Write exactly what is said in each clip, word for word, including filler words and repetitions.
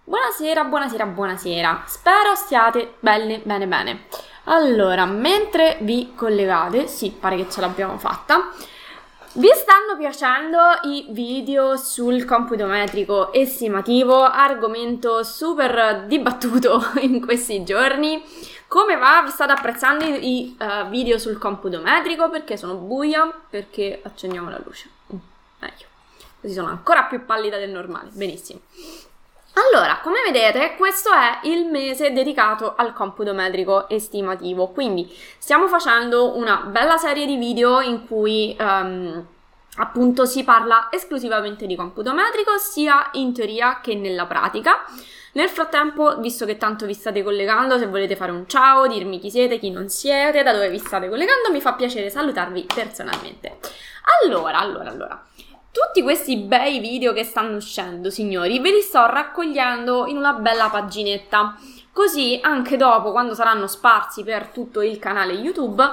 Buonasera, buonasera, buonasera. Spero stiate bene, bene, bene. Allora, mentre vi collegate, sì, pare che ce l'abbiamo fatta. Vi stanno piacendo i video sul computo metrico estimativo, argomento super dibattuto in questi giorni? Come va? Vi state apprezzando i uh, video sul computo metrico? Perché sono buia? Perché accendiamo la luce. Mm, meglio. Così sono ancora più pallida del normale. Benissimo. Allora, come vedete, questo è il mese dedicato al computo metrico estimativo, quindi stiamo facendo una bella serie di video in cui um, appunto si parla esclusivamente di computo metrico, sia in teoria che nella pratica. Nel frattempo, visto che tanto vi state collegando, se volete fare un ciao, dirmi chi siete, chi non siete, da dove vi state collegando, mi fa piacere salutarvi personalmente. Allora, allora, allora... Tutti questi bei video che stanno uscendo, signori, ve li sto raccogliendo in una bella paginetta, così anche dopo, quando saranno sparsi per tutto il canale YouTube,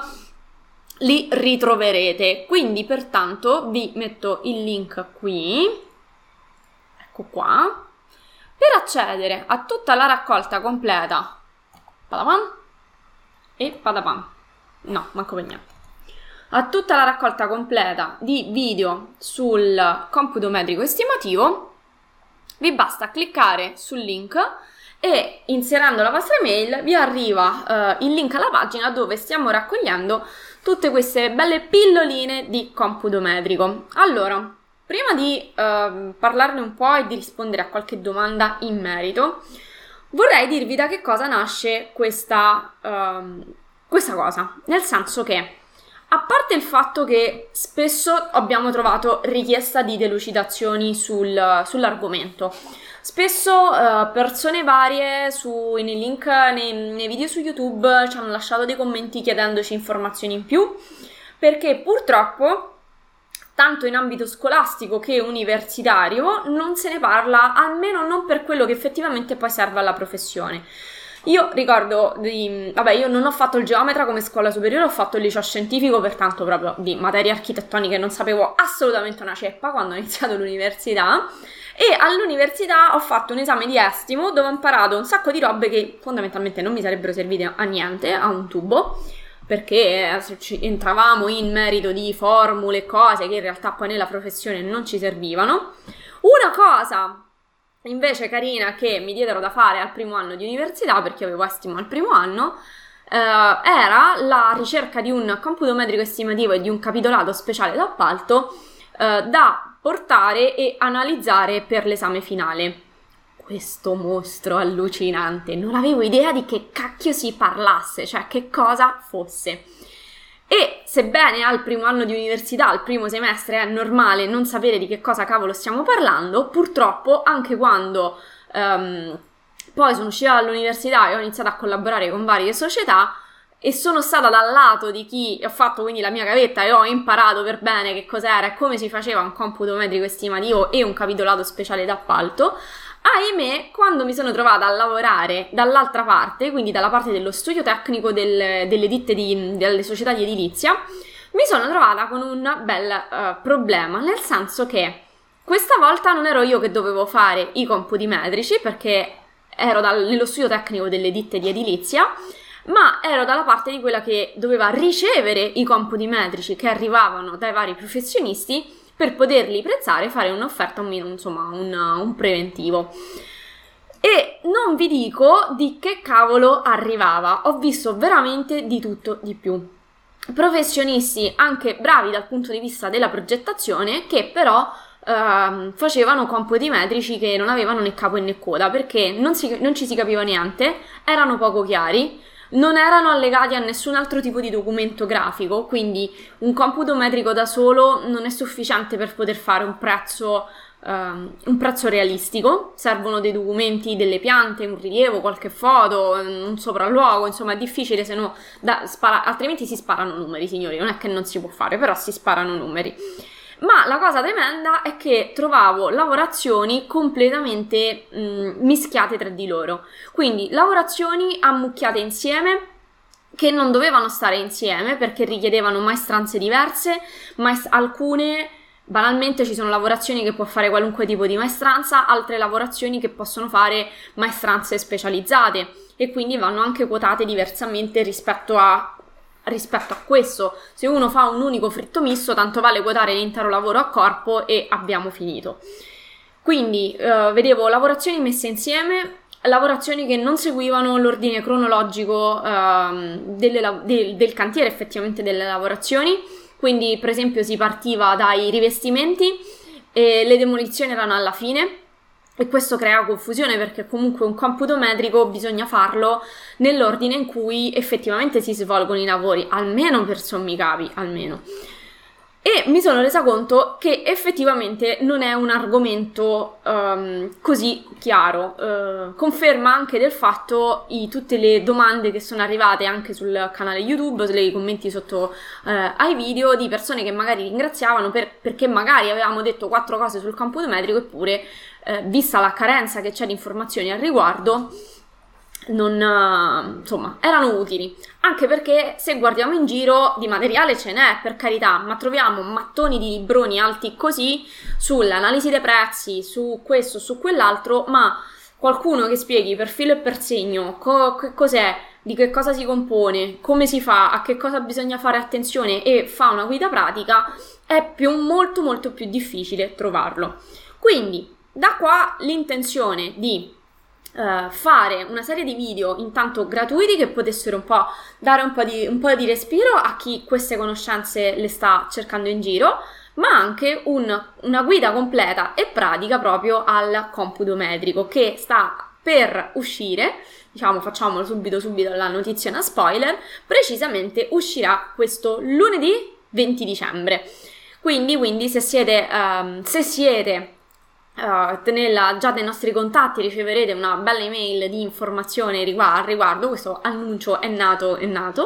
li ritroverete. Quindi, pertanto, vi metto il link qui, ecco qua, per accedere a tutta la raccolta completa, padapam, e padapam, no, manco per niente. A tutta la raccolta completa di video sul computo metrico estimativo, vi basta cliccare sul link e inserendo la vostra email vi arriva uh, il link alla pagina dove stiamo raccogliendo tutte queste belle pilloline di computo metrico. Allora, prima di uh, parlarne un po' e di rispondere a qualche domanda in merito, vorrei dirvi da che cosa nasce questa, uh, questa cosa, nel senso che a parte il fatto che spesso abbiamo trovato richiesta di delucidazioni sul, sull'argomento, spesso uh, persone varie su, nei link, nei, nei video su YouTube ci hanno lasciato dei commenti chiedendoci informazioni in più, perché purtroppo, tanto in ambito scolastico che universitario, non se ne parla, almeno non per quello che effettivamente poi serve alla professione. Io ricordo di, vabbè, io non ho fatto il geometra come scuola superiore, ho fatto il liceo scientifico, pertanto proprio di materie architettoniche non sapevo assolutamente una ceppa quando ho iniziato l'università, e all'università ho fatto un esame di estimo dove ho imparato un sacco di robe che fondamentalmente non mi sarebbero servite a niente, a un tubo, perché entravamo in merito di formule e cose che in realtà poi nella professione non ci servivano. Una cosa invece carina che mi diedero da fare al primo anno di università, perché avevo estimo al primo anno, eh, era la ricerca di un computo metrico estimativo e di un capitolato speciale d'appalto eh, da portare e analizzare per l'esame finale. Questo mostro allucinante, non avevo idea di che cacchio si parlasse, cioè che cosa fosse. E sebbene al primo anno di università, al primo semestre, è normale non sapere di che cosa cavolo stiamo parlando, purtroppo anche quando um, poi sono uscita dall'università e ho iniziato a collaborare con varie società e sono stata dal lato di chi ho fatto quindi la mia gavetta e ho imparato per bene che cos'era e come si faceva un computo metrico estimativo e un capitolato speciale d'appalto, ahimè, quando mi sono trovata a lavorare dall'altra parte, quindi dalla parte dello studio tecnico del, delle ditte di, delle società di edilizia, mi sono trovata con un bel uh, problema, nel senso che questa volta non ero io che dovevo fare i computi metrici, perché ero dal, nello studio tecnico delle ditte di edilizia, ma ero dalla parte di quella che doveva ricevere i computi metrici che arrivavano dai vari professionisti per poterli prezzare e fare un'offerta, un, insomma un, un preventivo. E non vi dico di che cavolo arrivava, ho visto veramente di tutto di più. Professionisti anche bravi dal punto di vista della progettazione che però Uh, facevano computi metrici che non avevano né capo né coda, perché non, si, non ci si capiva niente, erano poco chiari, non erano allegati a nessun altro tipo di documento grafico, quindi un computo metrico da solo non è sufficiente per poter fare un prezzo, uh, un prezzo realistico, servono dei documenti, delle piante, un rilievo, qualche foto, un sopralluogo, insomma è difficile, se no da, spara, altrimenti si sparano numeri, signori, non è che non si può fare, però si sparano numeri. Ma la cosa tremenda è che trovavo lavorazioni completamente mh, mischiate tra di loro. Quindi lavorazioni ammucchiate insieme che non dovevano stare insieme perché richiedevano maestranze diverse, maest- alcune Banalmente ci sono lavorazioni che può fare qualunque tipo di maestranza, altre lavorazioni che possono fare maestranze specializzate e quindi vanno anche quotate diversamente rispetto a, rispetto a questo. Se uno fa un unico fritto misto, tanto vale quotare l'intero lavoro a corpo e abbiamo finito. Quindi eh, vedevo lavorazioni messe insieme, lavorazioni che non seguivano l'ordine cronologico eh, delle, del, del cantiere effettivamente delle lavorazioni. Quindi per esempio si partiva dai rivestimenti e le demolizioni erano alla fine e questo crea confusione perché comunque un computo metrico bisogna farlo nell'ordine in cui effettivamente si svolgono i lavori, almeno per sommi capi, almeno. E mi sono resa conto che effettivamente non è un argomento um, così chiaro. Uh, conferma anche del fatto i, tutte le domande che sono arrivate anche sul canale YouTube, nei commenti sotto uh, ai video, di persone che magari ringraziavano per, perché magari avevamo detto quattro cose sul computo metrico, eppure uh, vista la carenza che c'è di informazioni al riguardo, non, uh, insomma, erano utili, anche perché se guardiamo in giro di materiale ce n'è, per carità, ma troviamo mattoni di libroni alti così sull'analisi dei prezzi, su questo, su quell'altro, ma qualcuno che spieghi per filo e per segno co- che cos'è, di che cosa si compone, come si fa, a che cosa bisogna fare attenzione e fa una guida pratica, è più, molto molto più difficile trovarlo. Quindi da qua l'intenzione di Uh, fare una serie di video intanto gratuiti che potessero un po' dare un po' di, un po' di respiro a chi queste conoscenze le sta cercando in giro, ma anche un, una guida completa e pratica proprio al computo metrico che sta per uscire. Diciamo, facciamolo subito subito la notizia, una spoiler, precisamente uscirà questo lunedì venti dicembre. Quindi, quindi se siete um, se siete Uh, nella, già dai nostri contatti riceverete una bella email di informazione riguardo, riguardo questo annuncio è nato, è nato.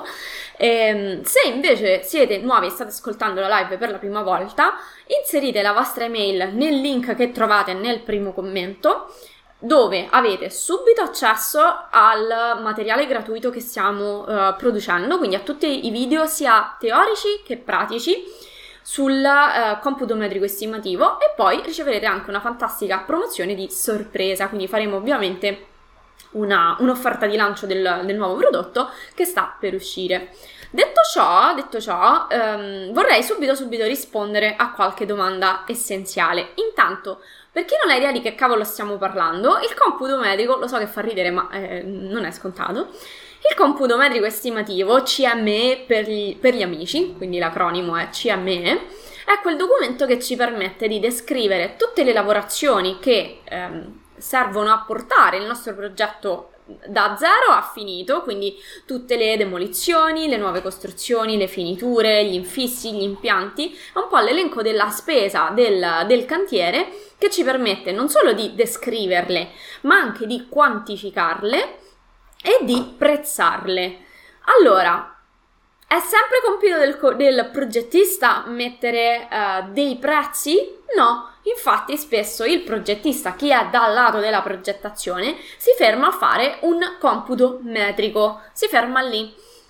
E, se invece siete nuovi e state ascoltando la live per la prima volta, inserite la vostra email nel link che trovate nel primo commento, dove avete subito accesso al materiale gratuito che stiamo uh, producendo, quindi a tutti i video sia teorici che pratici sul uh, computo metrico estimativo, e poi riceverete anche una fantastica promozione di sorpresa, quindi faremo ovviamente una, un'offerta di lancio del, del nuovo prodotto che sta per uscire. Detto ciò, detto ciò um, vorrei subito subito rispondere a qualche domanda essenziale. Intanto, per chi non ha idea di che cavolo stiamo parlando, il computo metrico, lo so che fa ridere ma eh, non è scontato. Il computo metrico estimativo, C M E per gli, per gli amici, quindi l'acronimo è C M E, è quel documento che ci permette di descrivere tutte le lavorazioni che ehm, servono a portare il nostro progetto da zero a finito, quindi tutte le demolizioni, le nuove costruzioni, le finiture, gli infissi, gli impianti, è un po' l'elenco della spesa del, del cantiere che ci permette non solo di descriverle, ma anche di quantificarle e di prezzarle. Allora, è sempre compito del, del progettista mettere uh, dei prezzi? No, infatti spesso il progettista, chi è dal lato della progettazione, si ferma a fare un computo metrico, si ferma lì.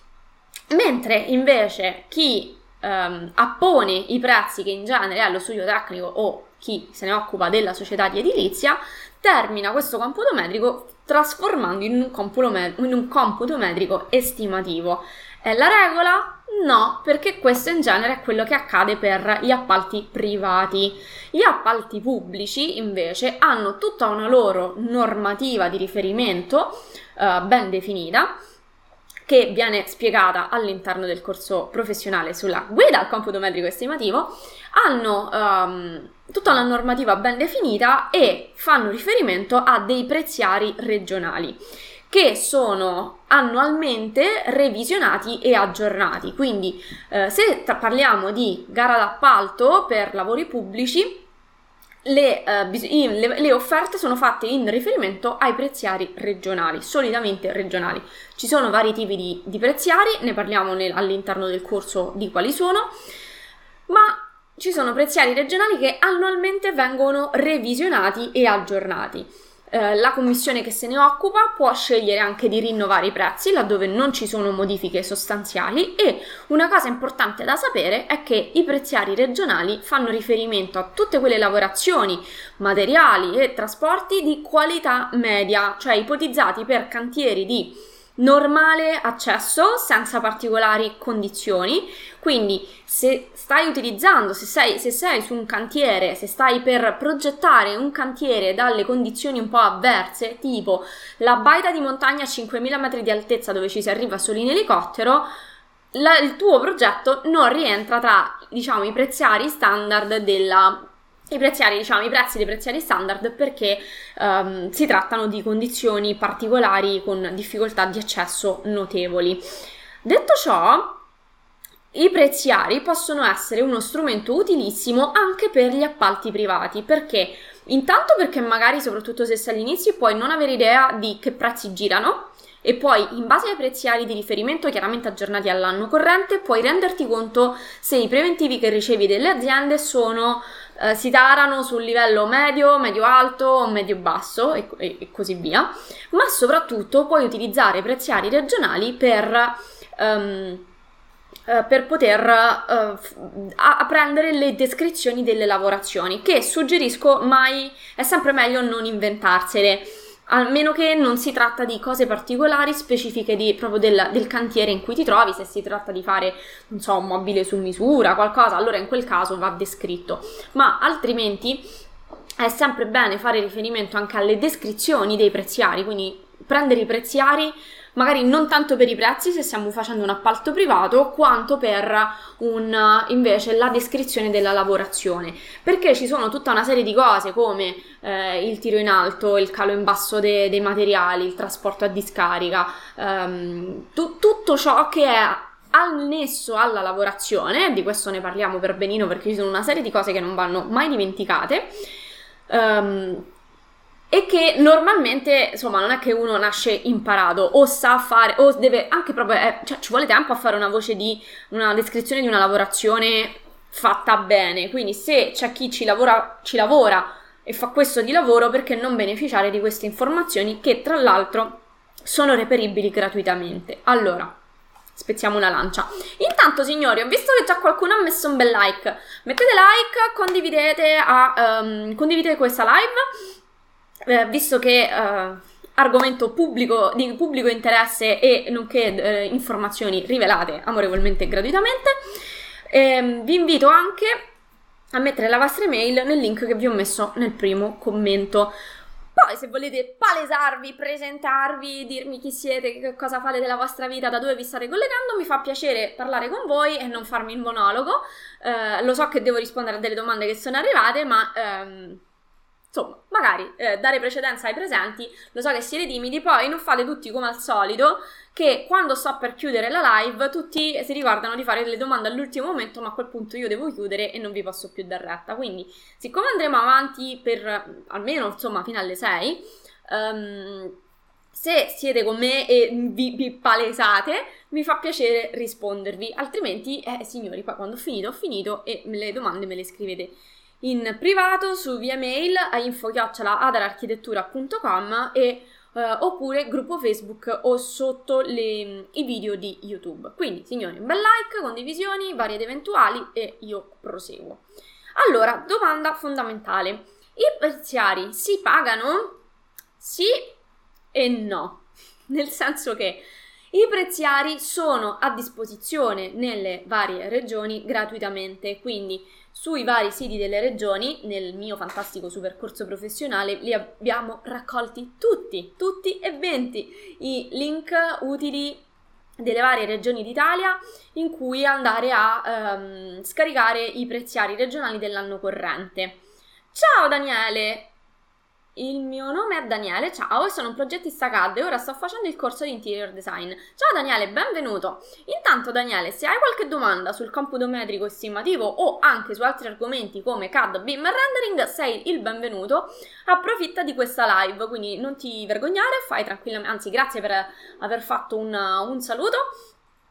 Mentre invece chi um, appone i prezzi, che in genere è lo studio tecnico o chi se ne occupa della società di edilizia, termina questo computo metrico trasformando in un computo, met- in un computo metrico estimativo. È la regola? No, perché questo in genere è quello che accade per gli appalti privati. Gli appalti pubblici invece hanno tutta una loro normativa di riferimento eh, ben definita, che viene spiegata all'interno del corso professionale sulla guida al computo metrico estimativo, hanno um, tutta una normativa ben definita e fanno riferimento a dei preziari regionali che sono annualmente revisionati e aggiornati. Quindi eh, se tra- parliamo di gara d'appalto per lavori pubblici, Le, uh, bis- in, le, le offerte sono fatte in riferimento ai preziari regionali, solitamente regionali. Ci sono vari tipi di, di preziari, ne parliamo nel, all'interno del corso di quali sono, ma ci sono preziari regionali che annualmente vengono revisionati e aggiornati. eh, la commissione che se ne occupa può scegliere anche di rinnovare i prezzi laddove non ci sono modifiche sostanziali, e una cosa importante da sapere è che i preziari regionali fanno riferimento a tutte quelle lavorazioni, materiali e trasporti di qualità media, cioè ipotizzati per cantieri di normale accesso senza particolari condizioni. Quindi se stai utilizzando, se sei, se sei su un cantiere, se stai per progettare un cantiere dalle condizioni un po' avverse, tipo la baita di montagna a cinquemila metri di altezza dove ci si arriva solo in elicottero, la, il tuo progetto non rientra tra, diciamo, i preziari standard della I preziari, diciamo, i prezzi dei preziari standard, perché um, si trattano di condizioni particolari con difficoltà di accesso notevoli. Detto ciò, i preziari possono essere uno strumento utilissimo anche per gli appalti privati. Perché? Intanto perché magari, soprattutto se sei all'inizio, puoi non avere idea di che prezzi girano, e poi in base ai preziari di riferimento, chiaramente aggiornati all'anno corrente, puoi renderti conto se i preventivi che ricevi dalle aziende sono eh, si tarano sul livello medio, medio-alto o medio-basso e, e, e così via. Ma soprattutto puoi utilizzare preziari regionali per um, Uh, per poter uh, a- prendere le descrizioni delle lavorazioni, che suggerisco mai, è sempre meglio non inventarsele, a meno che non si tratta di cose particolari specifiche di, proprio del, del cantiere in cui ti trovi. Se si tratta di fare, non so, un mobile su misura, qualcosa, allora in quel caso va descritto, ma altrimenti è sempre bene fare riferimento anche alle descrizioni dei preziari, quindi prendere i preziari magari non tanto per i prezzi se stiamo facendo un appalto privato, quanto per un, invece la descrizione della lavorazione, perché ci sono tutta una serie di cose come eh, il tiro in alto, il calo in basso de- dei materiali, il trasporto a discarica, ehm, tu- tutto ciò che è annesso alla lavorazione. Di questo ne parliamo per benino, perché ci sono una serie di cose che non vanno mai dimenticate. Um, E che normalmente, insomma, non è che uno nasce imparato o sa fare, o deve anche proprio, eh, cioè ci vuole tempo a fare una voce di una descrizione di una lavorazione fatta bene. Quindi se c'è chi ci lavora, ci lavora e fa questo di lavoro, perché non beneficiare di queste informazioni, che tra l'altro sono reperibili gratuitamente? Allora, spezziamo una lancia. Intanto, signori, ho visto che già qualcuno ha messo un bel like. Mettete like, condividete, a, um, condividete questa live. Eh, visto che eh, argomento pubblico di pubblico interesse e nonché eh, informazioni rivelate amorevolmente e gratuitamente, eh, vi invito anche a mettere la vostra email nel link che vi ho messo nel primo commento. Poi se volete palesarvi, presentarvi, dirmi chi siete, che cosa fate della vostra vita, da dove vi state collegando, mi fa piacere parlare con voi e non farmi il monologo. Eh, lo so che devo rispondere a delle domande che sono arrivate, ma ehm, insomma, magari eh, dare precedenza ai presenti. Lo so che siete timidi, poi non fate tutti come al solito, che quando sto per chiudere la live tutti si ricordano di fare delle domande all'ultimo momento, ma a quel punto io devo chiudere e non vi posso più dar retta. Quindi, siccome andremo avanti per almeno, insomma, fino alle sei, um, se siete con me e vi, vi palesate, mi fa piacere rispondervi. Altrimenti, eh, signori, poi quando ho finito, ho finito e le domande me le scrivete in privato su via mail a info chiocciola adararchitettura punto com e uh, oppure gruppo Facebook o sotto le, i video di YouTube. Quindi, signori, un bel like, condivisioni, varie ed eventuali, e io proseguo. Allora, domanda fondamentale: i preziari si pagano? Sì e no, nel senso che i preziari sono a disposizione nelle varie regioni gratuitamente, quindi sui vari siti delle regioni, nel mio fantastico supercorso professionale, li abbiamo raccolti tutti, tutti e venti i link utili delle varie regioni d'Italia in cui andare a um, scaricare i preziari regionali dell'anno corrente. Ciao Daniele! Il mio nome è Daniele, ciao, e sono un progettista C A D e ora sto facendo il corso di interior design. Ciao Daniele, benvenuto! Intanto Daniele, se hai qualche domanda sul computo metrico estimativo o anche su altri argomenti come C A D, B I M e rendering, sei il benvenuto. Approfitta di questa live, quindi non ti vergognare, fai tranquillamente, anzi grazie per aver fatto un, un saluto.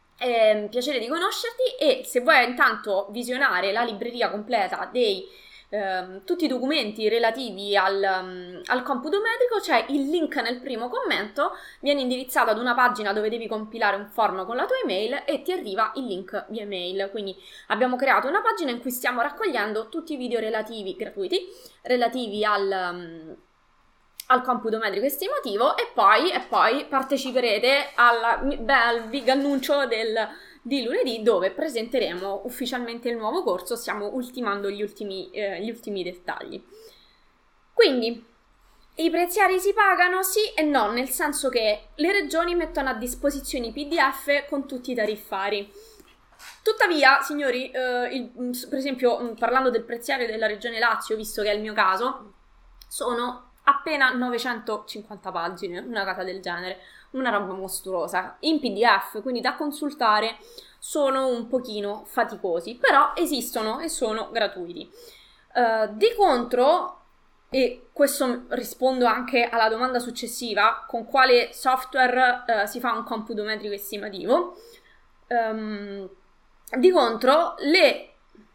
È piacere di conoscerti, e se vuoi intanto visionare la libreria completa dei ehm, tutti i documenti relativi al, um, al computo metrico, c'è il link nel primo commento, viene indirizzato ad una pagina dove devi compilare un form con la tua email e ti arriva il link via mail. Quindi abbiamo creato una pagina in cui stiamo raccogliendo tutti i video relativi, gratuiti, relativi al... Um, al computo metrico estimativo e poi, e poi parteciperete alla, beh, al big annuncio del, di lunedì, dove presenteremo ufficialmente il nuovo corso. Stiamo ultimando gli ultimi, eh, gli ultimi dettagli. Quindi i preziari si pagano sì e no, nel senso che le regioni mettono a disposizione i P D F con tutti i tariffari. Tuttavia, signori, eh, il, per esempio parlando del preziario della regione Lazio, visto che è il mio caso, sono appena novecentocinquanta pagine, una cosa del genere, una roba mostruosa, in P D F, quindi da consultare. Sono un pochino faticosi, però esistono e sono gratuiti. Uh, di contro, e questo rispondo anche alla domanda successiva, con quale software uh, si fa un computo metrico estimativo, um, di contro le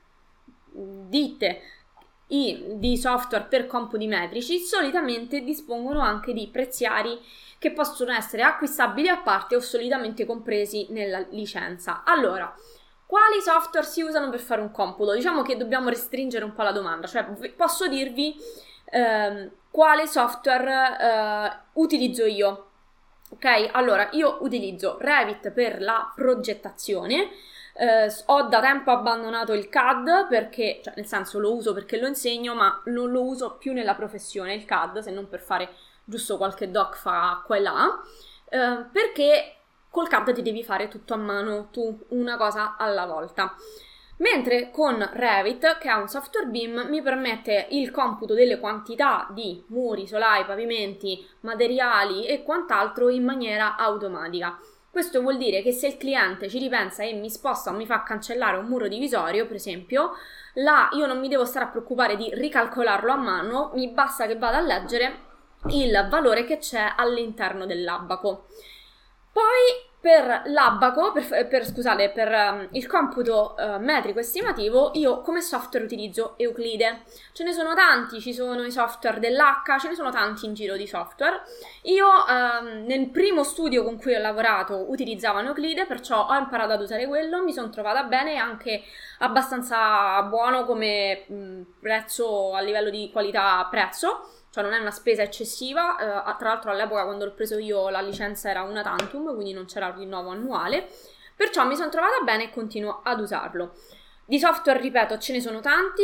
ditte I, di software per computi metrici solitamente dispongono anche di preziari che possono essere acquistabili a parte o solitamente compresi nella licenza. Allora, quali software si usano per fare un computo? Diciamo che dobbiamo restringere un po' la domanda, cioè posso dirvi ehm, quale software eh, utilizzo io. Ok, allora io utilizzo Revit per la progettazione. Uh, ho da tempo abbandonato il C A D perché, cioè nel senso lo uso perché lo insegno, ma non lo uso più nella professione il C A D, se non per fare giusto qualche doc fa qua e là, uh, perché col C A D ti devi fare tutto a mano, tu una cosa alla volta. Mentre con Revit, che è un software B I M, mi permette il computo delle quantità di muri, solai, pavimenti, materiali e quant'altro in maniera automatica. Questo vuol dire che se il cliente ci ripensa e mi sposta o mi fa cancellare un muro divisorio, per esempio, là io non mi devo stare a preoccupare di ricalcolarlo a mano, mi basta che vada a leggere il valore che c'è all'interno dell'abaco. Poi per l'abaco, per, per, scusate, per um, il computo uh, metrico estimativo, io come software utilizzo Euclide. Ce ne sono tanti, ci sono i software dell'H, ce ne sono tanti in giro di software. Io um, nel primo studio con cui ho lavorato utilizzavo Euclide, perciò ho imparato ad usare quello, mi sono trovata bene e anche abbastanza buono come mh, prezzo a livello di qualità-prezzo. Cioè non è una spesa eccessiva, eh, tra l'altro all'epoca quando l'ho preso io la licenza era una tantum, quindi non c'era un rinnovo annuale, perciò mi sono trovata bene e continuo ad usarlo. Di software, ripeto, ce ne sono tanti,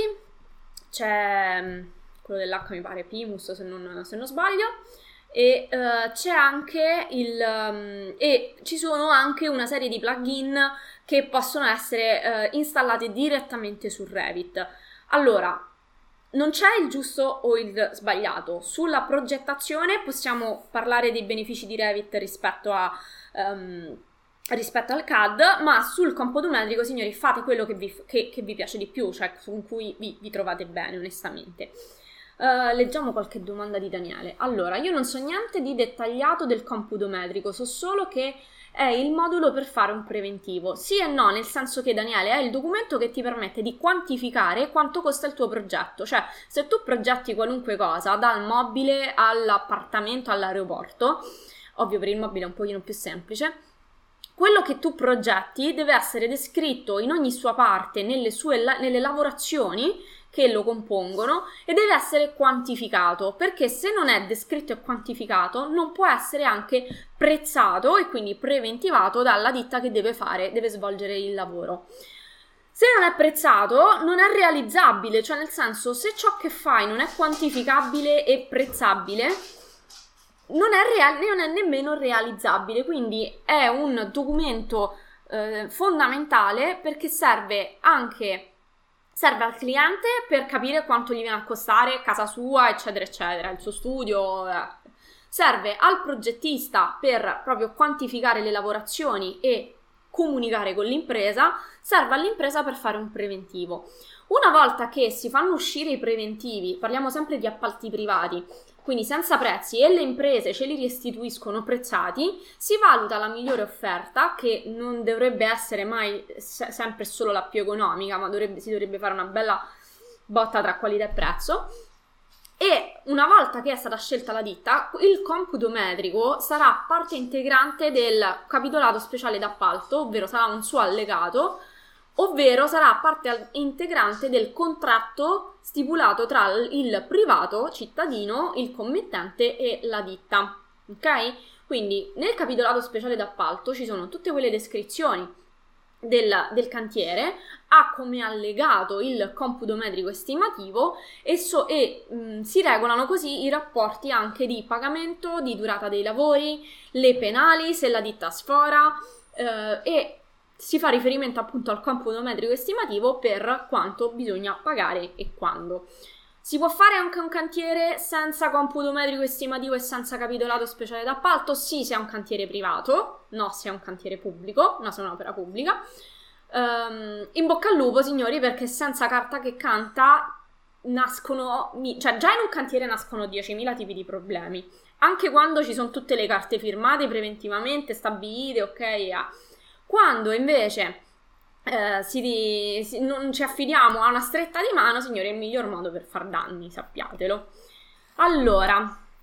c'è quello dell'H mi pare Pimus se non, se non sbaglio, e uh, c'è anche il um, e ci sono anche una serie di plugin che possono essere uh, installate direttamente su Revit. Allora, non c'è il giusto o il sbagliato. Sulla progettazione possiamo parlare dei benefici di Revit rispetto, a, um, rispetto al C A D, ma sul computo metrico, signori, fate quello che vi, che, che vi piace di più, cioè con cui vi, vi trovate bene, onestamente. Uh, leggiamo qualche domanda di Daniele. Allora, io non so niente di dettagliato del computo metrico, so solo che è il modulo per fare un preventivo. Sì e no, nel senso che, Daniele, è il documento che ti permette di quantificare quanto costa il tuo progetto. Cioè, se tu progetti qualunque cosa, dal mobile all'appartamento, all'aeroporto, ovvio per il mobile è un pochino più semplice, quello che tu progetti deve essere descritto in ogni sua parte, nelle sue nelle lavorazioni che lo compongono, e deve essere quantificato, perché se non è descritto e quantificato non può essere anche prezzato e quindi preventivato dalla ditta che deve fare, deve svolgere il lavoro. Se non è prezzato non è realizzabile, cioè nel senso, se ciò che fai non è quantificabile e prezzabile, non è, real- non è nemmeno realizzabile, quindi è un documento eh, fondamentale perché serve anche serve al cliente per capire quanto gli viene a costare casa sua, eccetera eccetera, il suo studio, eh. Serve al progettista per proprio quantificare le lavorazioni e comunicare con l'impresa, serve all'impresa per fare un preventivo. Una volta che si fanno uscire i preventivi, parliamo sempre di appalti privati, quindi senza prezzi, e le imprese ce li restituiscono prezzati, si valuta la migliore offerta, che non dovrebbe essere mai se- sempre solo la più economica, ma dovrebbe, si dovrebbe fare una bella botta tra qualità e prezzo. E una volta che è stata scelta la ditta, il computo metrico sarà parte integrante del capitolato speciale d'appalto, ovvero sarà un suo allegato, ovvero sarà parte integrante del contratto stipulato tra il privato cittadino, il committente e la ditta. Ok? Quindi nel capitolato speciale d'appalto ci sono tutte quelle descrizioni del, del cantiere, ha come allegato il computo metrico estimativo e, so, e mh, si regolano così i rapporti anche di pagamento, di durata dei lavori, le penali se la ditta sfora eh, e si fa riferimento appunto al computo metrico estimativo per quanto bisogna pagare e quando. Si può fare anche un cantiere senza computo metrico estimativo e senza capitolato speciale d'appalto? Sì, se è un cantiere privato, no se è un cantiere pubblico, no se è un'opera pubblica. Um, in bocca al lupo, signori, perché senza carta che canta nascono, cioè già in un cantiere nascono diecimila tipi di problemi, anche quando ci sono tutte le carte firmate preventivamente, stabilite, ok? Ah. Quando invece Eh, si, si, non ci affidiamo a una stretta di mano, signori, è il miglior modo per far danni, sappiatelo. Allora,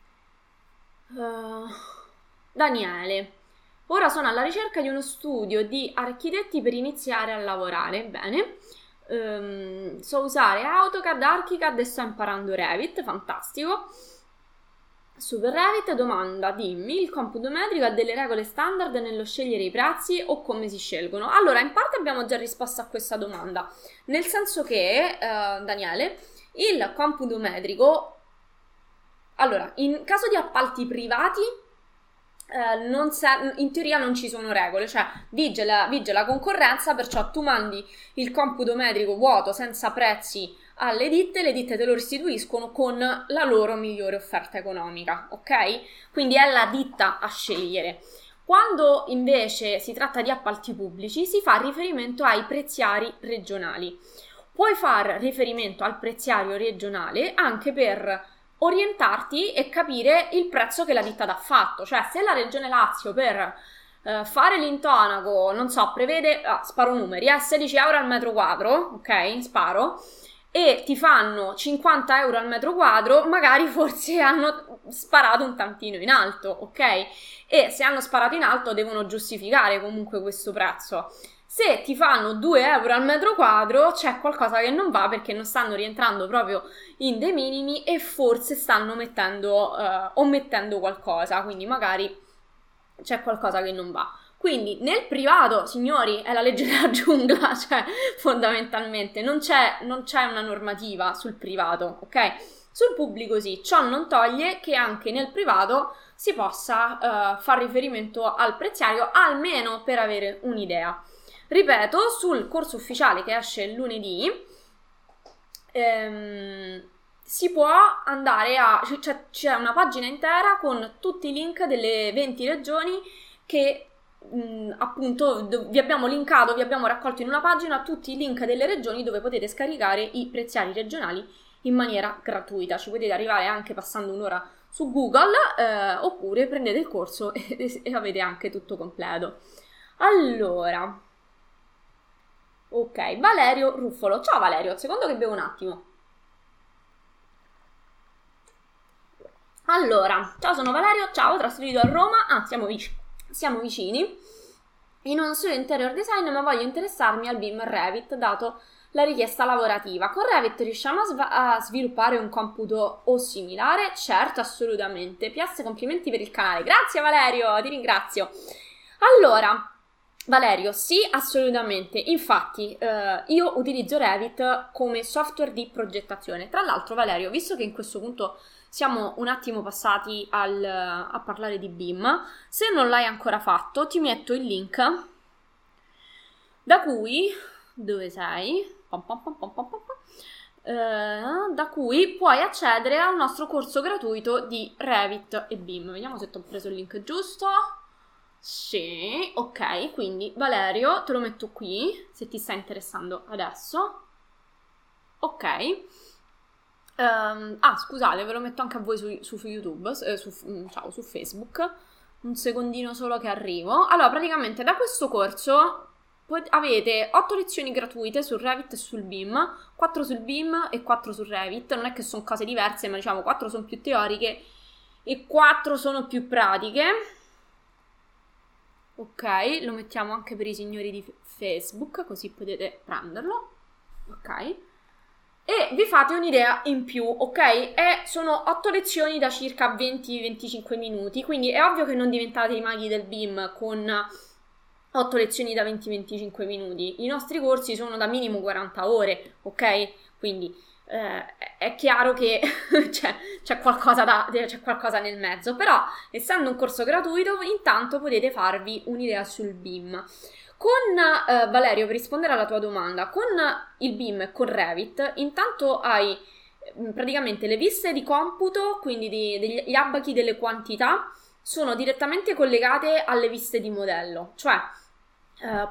uh, Daniele, ora sono alla ricerca di uno studio di architetti per iniziare a lavorare. Bene, um, so usare AutoCAD, ArchiCAD e sto imparando Revit, fantastico. Super Revit domanda, dimmi, il computo metrico ha delle regole standard nello scegliere i prezzi o come si scelgono? Allora, in parte abbiamo già risposto a questa domanda, nel senso che, eh, Daniele, il computo metrico, allora, in caso di appalti privati, eh, non se- in teoria non ci sono regole, cioè vige la, vige la concorrenza, perciò tu mandi il computo metrico vuoto, senza prezzi, alle ditte, le ditte te lo restituiscono con la loro migliore offerta economica, ok? Quindi è la ditta a scegliere. Quando invece si tratta di appalti pubblici si fa riferimento ai preziari regionali. Puoi far riferimento al preziario regionale anche per orientarti e capire il prezzo che la ditta dà fatto, cioè se la Regione Lazio per eh, fare l'intonaco, non so, prevede, ah, sparo numeri, eh, sedici euro al metro quadro, ok? Sparo. E ti fanno cinquanta euro al metro quadro, magari forse hanno sparato un tantino in alto, ok? E se hanno sparato in alto devono giustificare comunque questo prezzo. Se ti fanno due euro al metro quadro c'è qualcosa che non va, perché non stanno rientrando proprio in dei minimi e forse stanno mettendo, eh, omettendo qualcosa, quindi magari c'è qualcosa che non va. Quindi nel privato, signori, è la legge della giungla, cioè fondamentalmente non c'è, non c'è una normativa sul privato, ok? Sul pubblico sì, ciò non toglie che anche nel privato si possa uh, far riferimento al preziario, almeno per avere un'idea. Ripeto, sul corso ufficiale che esce lunedì ehm, si può andare a... Cioè, c'è una pagina intera con tutti i link delle venti regioni che... Mm, appunto vi abbiamo linkato, vi abbiamo raccolto in una pagina tutti i link delle regioni dove potete scaricare i preziari regionali in maniera gratuita. Ci potete arrivare anche passando un'ora su Google eh, oppure prendete il corso e, e avete anche tutto completo. Allora, ok, Valerio Ruffolo. Ciao Valerio, secondo che bevo un attimo. Allora, ciao, sono Valerio, ciao, trasferito a Roma. Ah, siamo vicini. Siamo vicini e non solo interior design, ma voglio interessarmi al B I M Revit, dato la richiesta lavorativa. Con Revit riusciamo a, sv- a sviluppare un computo o similare? Certo, assolutamente. P S, complimenti per il canale. Grazie Valerio, ti ringrazio. Allora, Valerio, sì, assolutamente. Infatti, eh, io utilizzo Revit come software di progettazione. Tra l'altro, Valerio, visto che in questo punto siamo un attimo passati al, a parlare di B I M, se non l'hai ancora fatto ti metto il link da cui, dove sei? Pom pom pom pom pom pom. Uh, da cui puoi accedere al nostro corso gratuito di Revit e B I M. Vediamo se ti ho preso il link giusto. Sì, ok, quindi Valerio te lo metto qui se ti sta interessando adesso. Ok. Um, ah, scusate, ve lo metto anche a voi su, su, su YouTube, eh, su, ciao, su Facebook. Un secondino solo che arrivo. Allora, praticamente da questo corso pot- avete otto lezioni gratuite sul Revit e sul B I M, quattro sul B I M e quattro sul Revit, non è che sono cose diverse, ma diciamo quattro sono più teoriche e quattro sono più pratiche. Ok, lo mettiamo anche per i signori di Facebook, così potete prenderlo. Ok. E vi fate un'idea in più, ok? E sono otto lezioni da circa venti venticinque minuti, quindi è ovvio che non diventate i maghi del B I M con otto lezioni da venti venticinque minuti. I nostri corsi sono da minimo quaranta ore, ok? Quindi eh, è chiaro che c'è, c'è, qualcosa da, c'è qualcosa nel mezzo, però essendo un corso gratuito intanto potete farvi un'idea sul B I M. Con eh, Valerio, per rispondere alla tua domanda, con il B I M e con Revit intanto hai praticamente le viste di computo, quindi di, degli abachi delle quantità sono direttamente collegate alle viste di modello, cioè eh,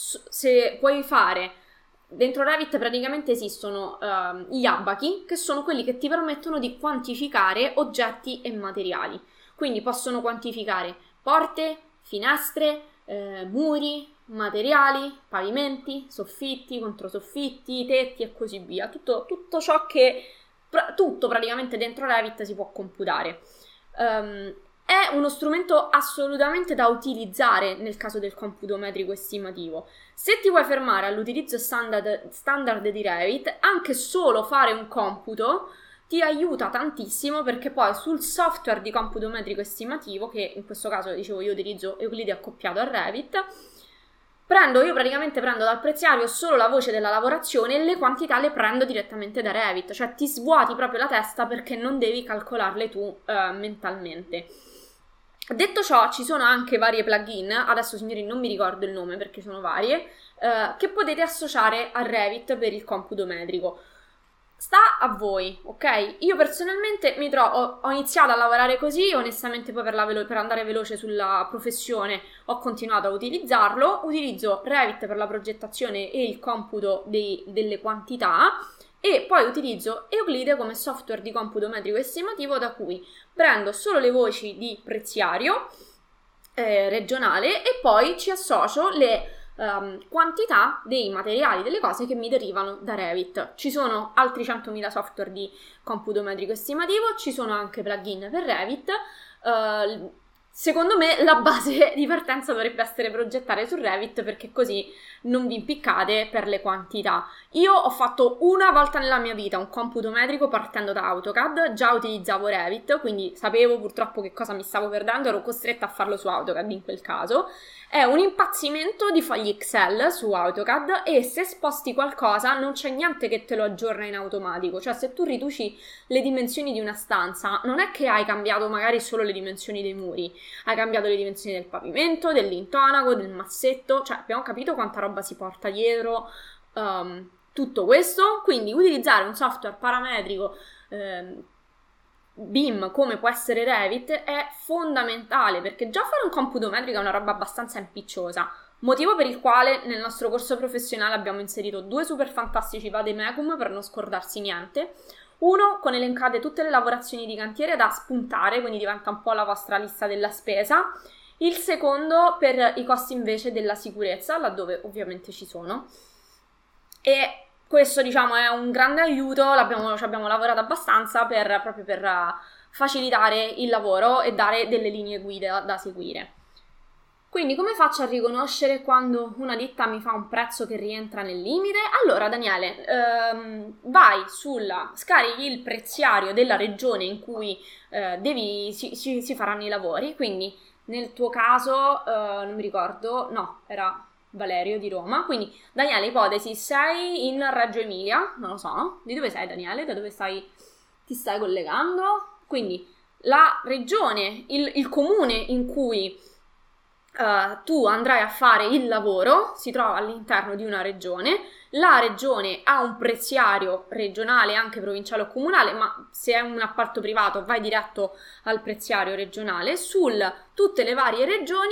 se puoi fare dentro Revit praticamente esistono eh, gli abachi che sono quelli che ti permettono di quantificare oggetti e materiali, quindi possono quantificare porte, finestre, eh, muri, materiali, pavimenti, soffitti, controsoffitti, tetti e così via, tutto, tutto ciò che tutto praticamente dentro Revit si può computare. Um, è uno strumento assolutamente da utilizzare nel caso del computo metrico estimativo. Se ti vuoi fermare all'utilizzo standard, standard di Revit, anche solo fare un computo ti aiuta tantissimo, perché poi sul software di computo metrico estimativo, che in questo caso dicevo io utilizzo Euclide accoppiato a Revit, Prendo, io praticamente prendo dal preziario solo la voce della lavorazione e le quantità le prendo direttamente da Revit, cioè ti svuoti proprio la testa perché non devi calcolarle tu eh, mentalmente. Detto ciò, ci sono anche varie plugin, adesso signori non mi ricordo il nome perché sono varie, eh, che potete associare a Revit per il computo metrico. Sta a voi, ok? Io personalmente mi trovo, ho, ho iniziato a lavorare così, onestamente poi per, la velo- per andare veloce sulla professione ho continuato a utilizzarlo, utilizzo Revit per la progettazione e il computo dei, delle quantità e poi utilizzo Euclide come software di computo metrico estimativo da cui prendo solo le voci di preziario eh, regionale e poi ci associo le Um, quantità dei materiali, delle cose che mi derivano da Revit. Ci sono altri centomila software di computo metrico estimativo, ci sono anche plugin per Revit. Uh, secondo me la base di partenza dovrebbe essere progettare su Revit, perché così non vi impiccate per le quantità. Io ho fatto una volta nella mia vita un computo metrico partendo da AutoCAD, già utilizzavo Revit, quindi sapevo purtroppo che cosa mi stavo perdendo, ero costretta a farlo su AutoCAD in quel caso. È un impazzimento di fogli Excel su AutoCAD e se sposti qualcosa non c'è niente che te lo aggiorna in automatico, cioè se tu riduci le dimensioni di una stanza non è che hai cambiato magari solo le dimensioni dei muri, hai cambiato le dimensioni del pavimento, dell'intonaco, del massetto, cioè abbiamo capito quanta roba si porta dietro um, tutto questo, quindi utilizzare un software parametrico um, B I M come può essere Revit è fondamentale, perché già fare un computo metrico è una roba abbastanza impicciosa, motivo per il quale nel nostro corso professionale abbiamo inserito due super fantastici vademecum per non scordarsi niente. Uno con elencate tutte le lavorazioni di cantiere da spuntare, quindi diventa un po' la vostra lista della spesa. Il secondo per i costi invece della sicurezza, laddove ovviamente ci sono. E questo diciamo è un grande aiuto, l'abbiamo, ci abbiamo lavorato abbastanza per, proprio per facilitare il lavoro e dare delle linee guida da seguire. Quindi come faccio a riconoscere quando una ditta mi fa un prezzo che rientra nel limite? Allora Daniele, ehm, vai sulla, scarichi il preziario della regione in cui eh, devi, si, si, si faranno i lavori, quindi nel tuo caso, eh, non mi ricordo, no, era Valerio di Roma, quindi Daniele, ipotesi, sei in Reggio Emilia, non lo so, di dove sei Daniele? Da dove stai, ti stai collegando? Quindi la regione, il, il comune in cui uh, tu andrai a fare il lavoro si trova all'interno di una regione, la regione ha un preziario regionale, anche provinciale o comunale, ma se è un appalto privato vai diretto al preziario regionale. Su tutte le varie regioni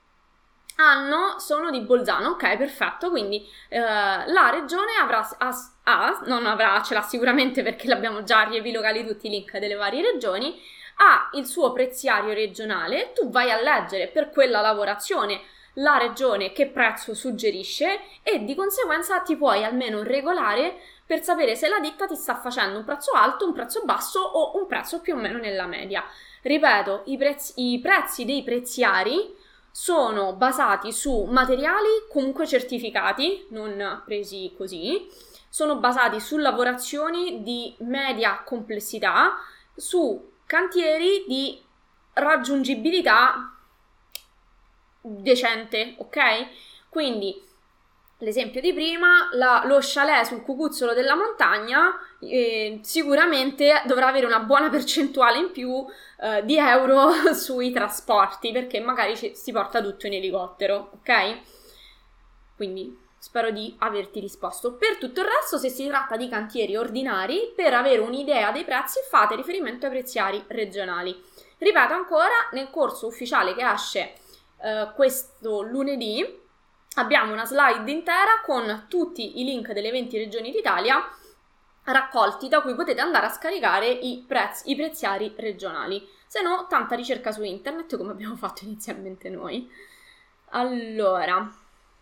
hanno, sono di Bolzano, ok, perfetto, quindi eh, la regione avrà, ha, ha, non avrà, ce l'ha sicuramente perché l'abbiamo già riepilogati tutti i link delle varie regioni, ha il suo preziario regionale, tu vai a leggere per quella lavorazione la regione che prezzo suggerisce e di conseguenza ti puoi almeno regolare per sapere se la ditta ti sta facendo un prezzo alto, un prezzo basso o un prezzo più o meno nella media. Ripeto, i prezzi, i prezzi dei preziari sono basati su materiali comunque certificati, non presi così, sono basati su lavorazioni di media complessità, su cantieri di raggiungibilità decente, ok? Quindi l'esempio di prima, la, lo chalet sul cucuzzolo della montagna eh, sicuramente dovrà avere una buona percentuale in più eh, di euro sui trasporti, perché magari ci, si porta tutto in elicottero, ok? Quindi spero di averti risposto. Per tutto il resto, se si tratta di cantieri ordinari, per avere un'idea dei prezzi fate riferimento ai preziari regionali. Ripeto ancora, nel corso ufficiale che esce eh, questo lunedì, abbiamo una slide intera con tutti i link delle venti regioni d'Italia raccolti, da cui potete andare a scaricare i, prezzi, i preziari regionali. Se no, tanta ricerca su internet come abbiamo fatto inizialmente noi. Allora,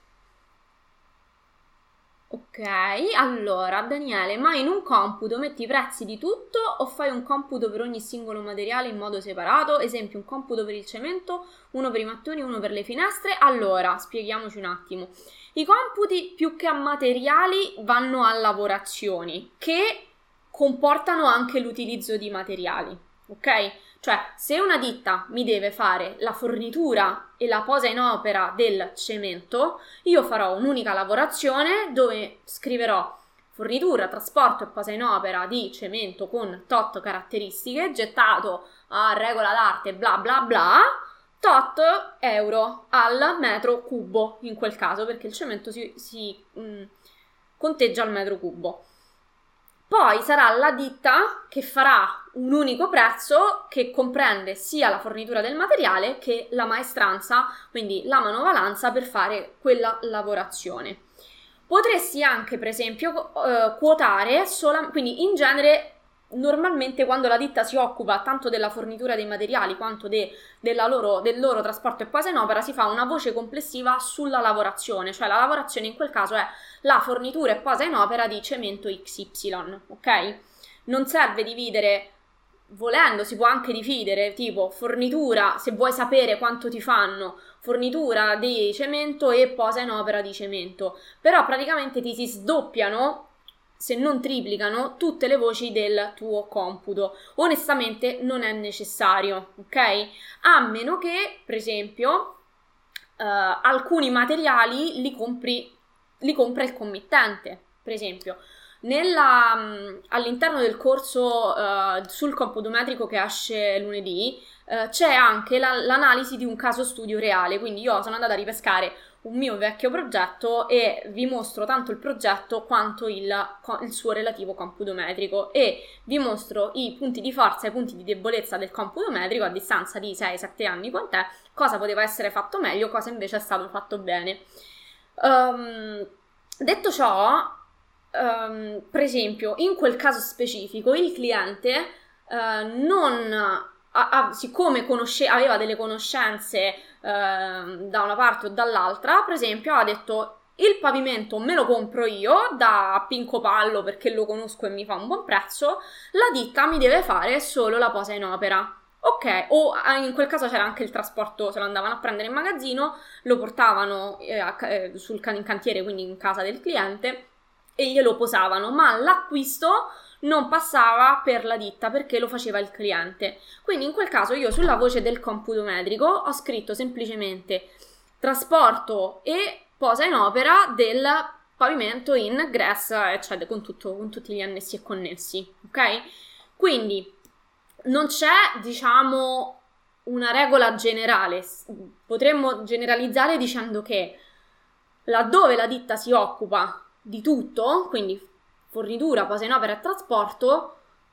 ok, allora Daniele, ma in un computo metti i prezzi di tutto o fai un computo per ogni singolo materiale in modo separato? Esempio, un computo per il cemento, uno per i mattoni, uno per le finestre. Allora, spieghiamoci un attimo. I computi più che a materiali vanno a lavorazioni che comportano anche l'utilizzo di materiali, ok? Cioè, se una ditta mi deve fare la fornitura e la posa in opera del cemento, io farò un'unica lavorazione dove scriverò fornitura, trasporto e posa in opera di cemento con tot caratteristiche, gettato a regola d'arte bla bla bla, tot euro al metro cubo in quel caso, perché il cemento si, si mh, conteggia al metro cubo. Poi sarà la ditta che farà un unico prezzo che comprende sia la fornitura del materiale che la maestranza, quindi la manovalanza per fare quella lavorazione. Potresti anche, per esempio, eh, quotare, sola, quindi in genere, normalmente quando la ditta si occupa tanto della fornitura dei materiali quanto de, della loro, del loro trasporto e posa in opera, si fa una voce complessiva sulla lavorazione, cioè la lavorazione in quel caso è la fornitura e posa in opera di cemento X Y, ok? Non serve dividere, volendo si può anche dividere, tipo fornitura, se vuoi sapere quanto ti fanno, fornitura di cemento e posa in opera di cemento, però praticamente ti si sdoppiano, se non triplicano, tutte le voci del tuo computo. Onestamente non è necessario, ok? A meno che, per esempio, eh, alcuni materiali li compri, li compra il committente. Per esempio, nella, mh, all'interno del corso eh, sul computo metrico che esce lunedì, eh, c'è anche la, l'analisi di un caso studio reale, quindi io sono andata a ripescare un mio vecchio progetto e vi mostro tanto il progetto quanto il, il suo relativo computo metrico e vi mostro i punti di forza e i punti di debolezza del computo metrico a distanza di sei sette anni con te, cosa poteva essere fatto meglio, cosa invece è stato fatto bene. Um, detto ciò, um, per esempio, in quel caso specifico il cliente uh, non... A, a, siccome conosce, aveva delle conoscenze eh, da una parte o dall'altra, per esempio ha detto il pavimento me lo compro io da Pinco Pallo perché lo conosco e mi fa un buon prezzo, la ditta mi deve fare solo la posa in opera. Ok, o in quel caso c'era anche il trasporto, se lo andavano a prendere in magazzino, lo portavano eh, a, eh, sul can- in cantiere, quindi in casa del cliente, e glielo posavano, ma l'acquisto non passava per la ditta perché lo faceva il cliente. Quindi in quel caso io sulla voce del computo metrico ho scritto semplicemente trasporto e posa in opera del pavimento in grass, eccetera, con, tutto, con tutti gli annessi e connessi, ok? Quindi non c'è, diciamo, una regola generale. Potremmo generalizzare dicendo che laddove la ditta si occupa di tutto, quindi fornitura, posa in opera e trasporto,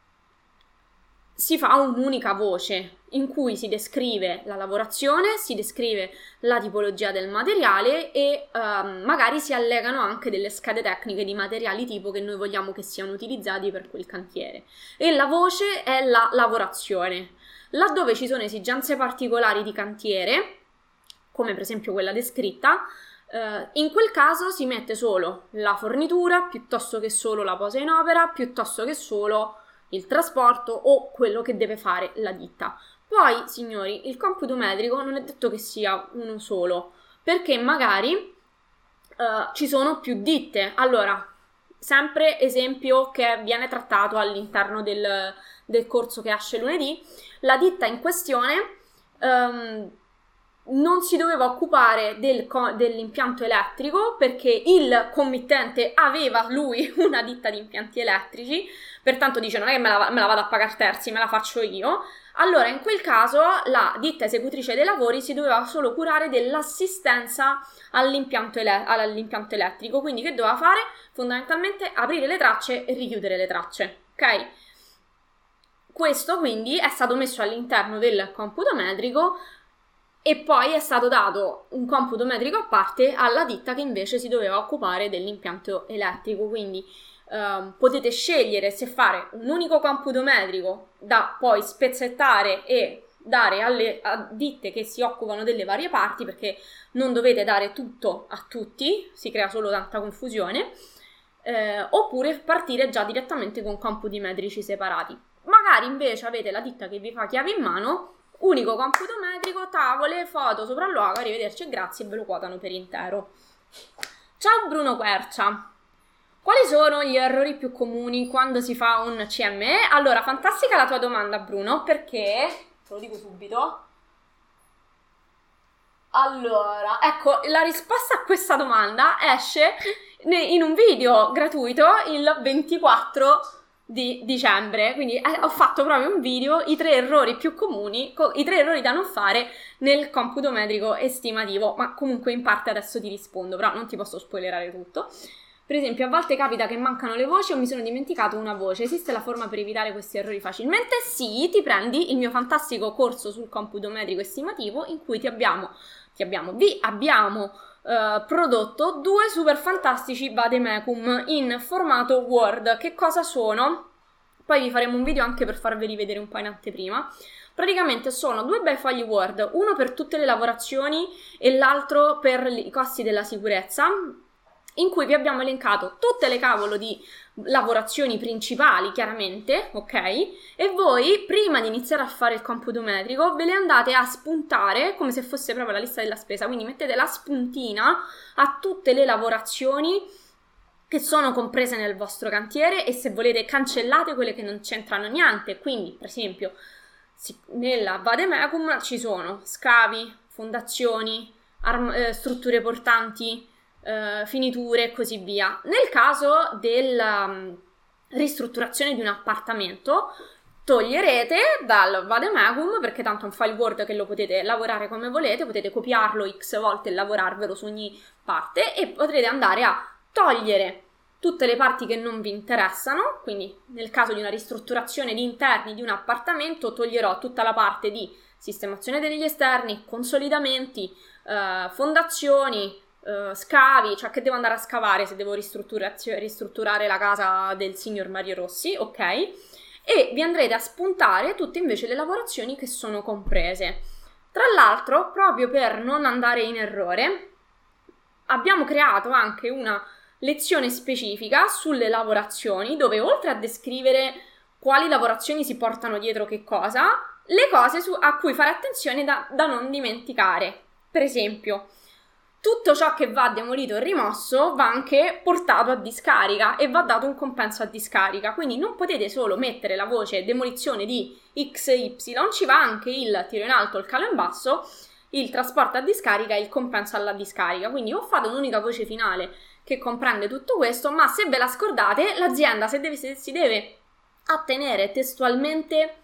si fa un'unica voce in cui si descrive la lavorazione, si descrive la tipologia del materiale e um, magari si allegano anche delle schede tecniche di materiali tipo che noi vogliamo che siano utilizzati per quel cantiere. E la voce è la lavorazione. Laddove ci sono esigenze particolari di cantiere, come per esempio quella descritta, eh, in quel caso si mette solo la fornitura piuttosto che solo la posa in opera, piuttosto che solo il trasporto o quello che deve fare la ditta. Poi, signori, il computo metrico non è detto che sia uno solo, perché magari eh, ci sono più ditte. Allora, sempre esempio che viene trattato all'interno del, del corso che esce lunedì, la ditta in questione um, non si doveva occupare del, dell'impianto elettrico perché il committente aveva lui una ditta di impianti elettrici, pertanto dice non è che me la, me la vado a pagare terzi, me la faccio io. Allora in quel caso la ditta esecutrice dei lavori si doveva solo curare dell'assistenza all'impianto, ele- all'impianto elettrico, quindi che doveva fare? Fondamentalmente aprire le tracce e richiudere le tracce, ok? Questo quindi è stato messo all'interno del computo metrico e poi è stato dato un computo metrico a parte alla ditta che invece si doveva occupare dell'impianto elettrico, quindi ehm, potete scegliere se fare un unico computo metrico da poi spezzettare e dare alle a ditte che si occupano delle varie parti, perché non dovete dare tutto a tutti, si crea solo tanta confusione, eh, oppure partire già direttamente con computi metrici separati. Magari invece avete la ditta che vi fa chiave in mano, unico computo metrico, tavole, foto, sopralluogo, arrivederci e grazie, e ve lo quotano per intero. Ciao Bruno Quercia, quali sono gli errori più comuni quando si fa un C M E? Allora, fantastica la tua domanda Bruno, perché, te lo dico subito, allora, ecco, la risposta a questa domanda esce in un video gratuito il ventiquattro di dicembre, quindi eh, ho fatto proprio un video, i tre errori più comuni, co- i tre errori da non fare nel computo metrico estimativo, ma comunque in parte adesso ti rispondo, però non ti posso spoilerare tutto. Per esempio, a volte capita che mancano le voci o mi sono dimenticato una voce. Esiste la forma per evitare questi errori facilmente? Sì, ti prendi il mio fantastico corso sul computo metrico estimativo in cui ti abbiamo, ti abbiamo, vi abbiamo Uh, prodotto due super fantastici vademecum in formato Word. Che cosa sono? Poi vi faremo un video anche per farveli vedere un po' in anteprima. Praticamente sono due bei fogli Word, uno per tutte le lavorazioni e l'altro per i costi della sicurezza, in cui vi abbiamo elencato tutte le cavolo di lavorazioni principali, chiaramente, ok? E voi, prima di iniziare a fare il computo metrico, ve le andate a spuntare come se fosse proprio la lista della spesa, quindi mettete la spuntina a tutte le lavorazioni che sono comprese nel vostro cantiere e se volete cancellate quelle che non c'entrano niente. Quindi, per esempio, nella vademecum ci sono scavi, fondazioni, arm- eh, strutture portanti, Uh, finiture e così via. Nel caso della um, ristrutturazione di un appartamento toglierete dal vademecum, perché tanto è un file Word che lo potete lavorare come volete, potete copiarlo x volte e lavorarvelo su ogni parte e potrete andare a togliere tutte le parti che non vi interessano. Quindi nel caso di una ristrutturazione di interni di un appartamento toglierò tutta la parte di sistemazione degli esterni, consolidamenti, uh, fondazioni, Uh, scavi, cioè che devo andare a scavare se devo ristrutturare la casa del signor Mario Rossi, ok? E vi andrete a spuntare tutte invece le lavorazioni che sono comprese. Tra l'altro, proprio per non andare in errore, abbiamo creato anche una lezione specifica sulle lavorazioni, dove oltre a descrivere quali lavorazioni si portano dietro che cosa, le cose su- a cui fare attenzione da, da non dimenticare. Per esempio, tutto ciò che va demolito e rimosso va anche portato a discarica e va dato un compenso a discarica, quindi non potete solo mettere la voce demolizione di X Y, ci va anche il tiro in alto, il calo in basso, il trasporto a discarica e il compenso alla discarica. Quindi o fate un'unica voce finale che comprende tutto questo, ma se ve la scordate, l'azienda se deve, se si deve attenere testualmente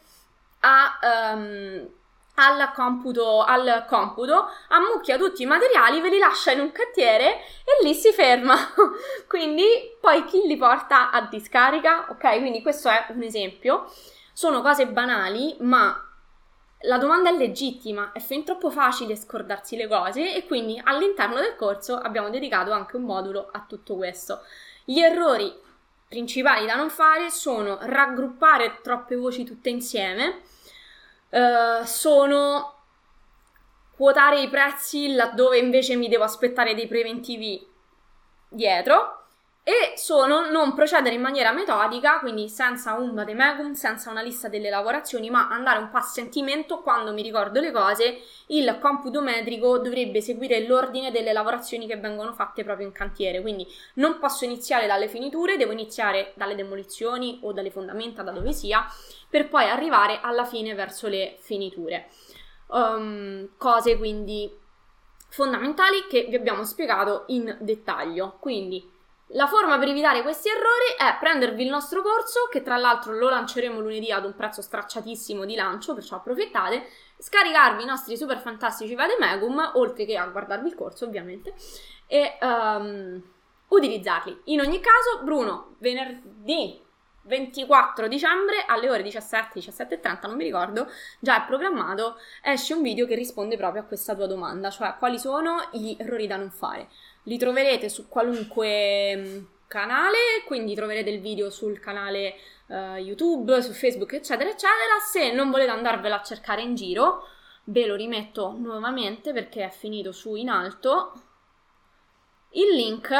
a... Um, al computo, al computo, ammucchia tutti i materiali, ve li lascia in un cantiere e lì si ferma. Quindi poi chi li porta a discarica? Ok, quindi questo è un esempio. Sono cose banali, ma la domanda è legittima, è fin troppo facile scordarsi le cose e quindi all'interno del corso abbiamo dedicato anche un modulo a tutto questo. Gli errori principali da non fare sono raggruppare troppe voci tutte insieme. Uh, sono quotare i prezzi laddove invece mi devo aspettare dei preventivi dietro, e sono non procedere in maniera metodica, quindi senza un vademecum, senza una lista delle lavorazioni, ma andare un po' a sentimento. Quando mi ricordo le cose, il computo metrico dovrebbe seguire l'ordine delle lavorazioni che vengono fatte proprio in cantiere, quindi non posso iniziare dalle finiture, devo iniziare dalle demolizioni o dalle fondamenta, da dove sia, per poi arrivare alla fine verso le finiture. Um, cose quindi fondamentali che vi abbiamo spiegato in dettaglio. Quindi la forma per evitare questi errori è prendervi il nostro corso, che tra l'altro lo lanceremo lunedì ad un prezzo stracciatissimo di lancio, perciò approfittate, scaricarvi i nostri super fantastici vademecum, oltre che a guardarvi il corso ovviamente, e um, utilizzarli. In ogni caso, Bruno, venerdì ventiquattro dicembre alle ore diciassette, diciassette e trenta, non mi ricordo, già è programmato, esce un video che risponde proprio a questa tua domanda, cioè quali sono gli errori da non fare. Li troverete su qualunque canale, quindi troverete il video sul canale uh, YouTube, su Facebook, eccetera, eccetera. Se non volete andarvelo a cercare in giro, ve lo rimetto nuovamente perché è finito su in alto. Il link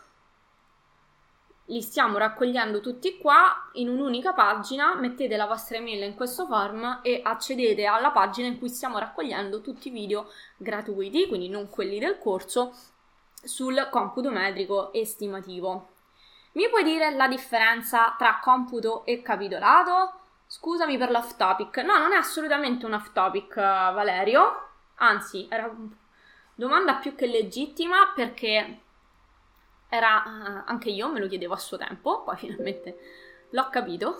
li stiamo raccogliendo tutti qua in un'unica pagina, mettete la vostra email in questo form e accedete alla pagina in cui stiamo raccogliendo tutti i video gratuiti, quindi non quelli del corso, sul computo metrico estimativo. Mi puoi dire la differenza tra computo e capitolato? Scusami per l'off topic. No, non è assolutamente un off topic, Valerio, anzi era una domanda più che legittima, perché era uh, anche io me lo chiedevo a suo tempo, poi finalmente l'ho capito.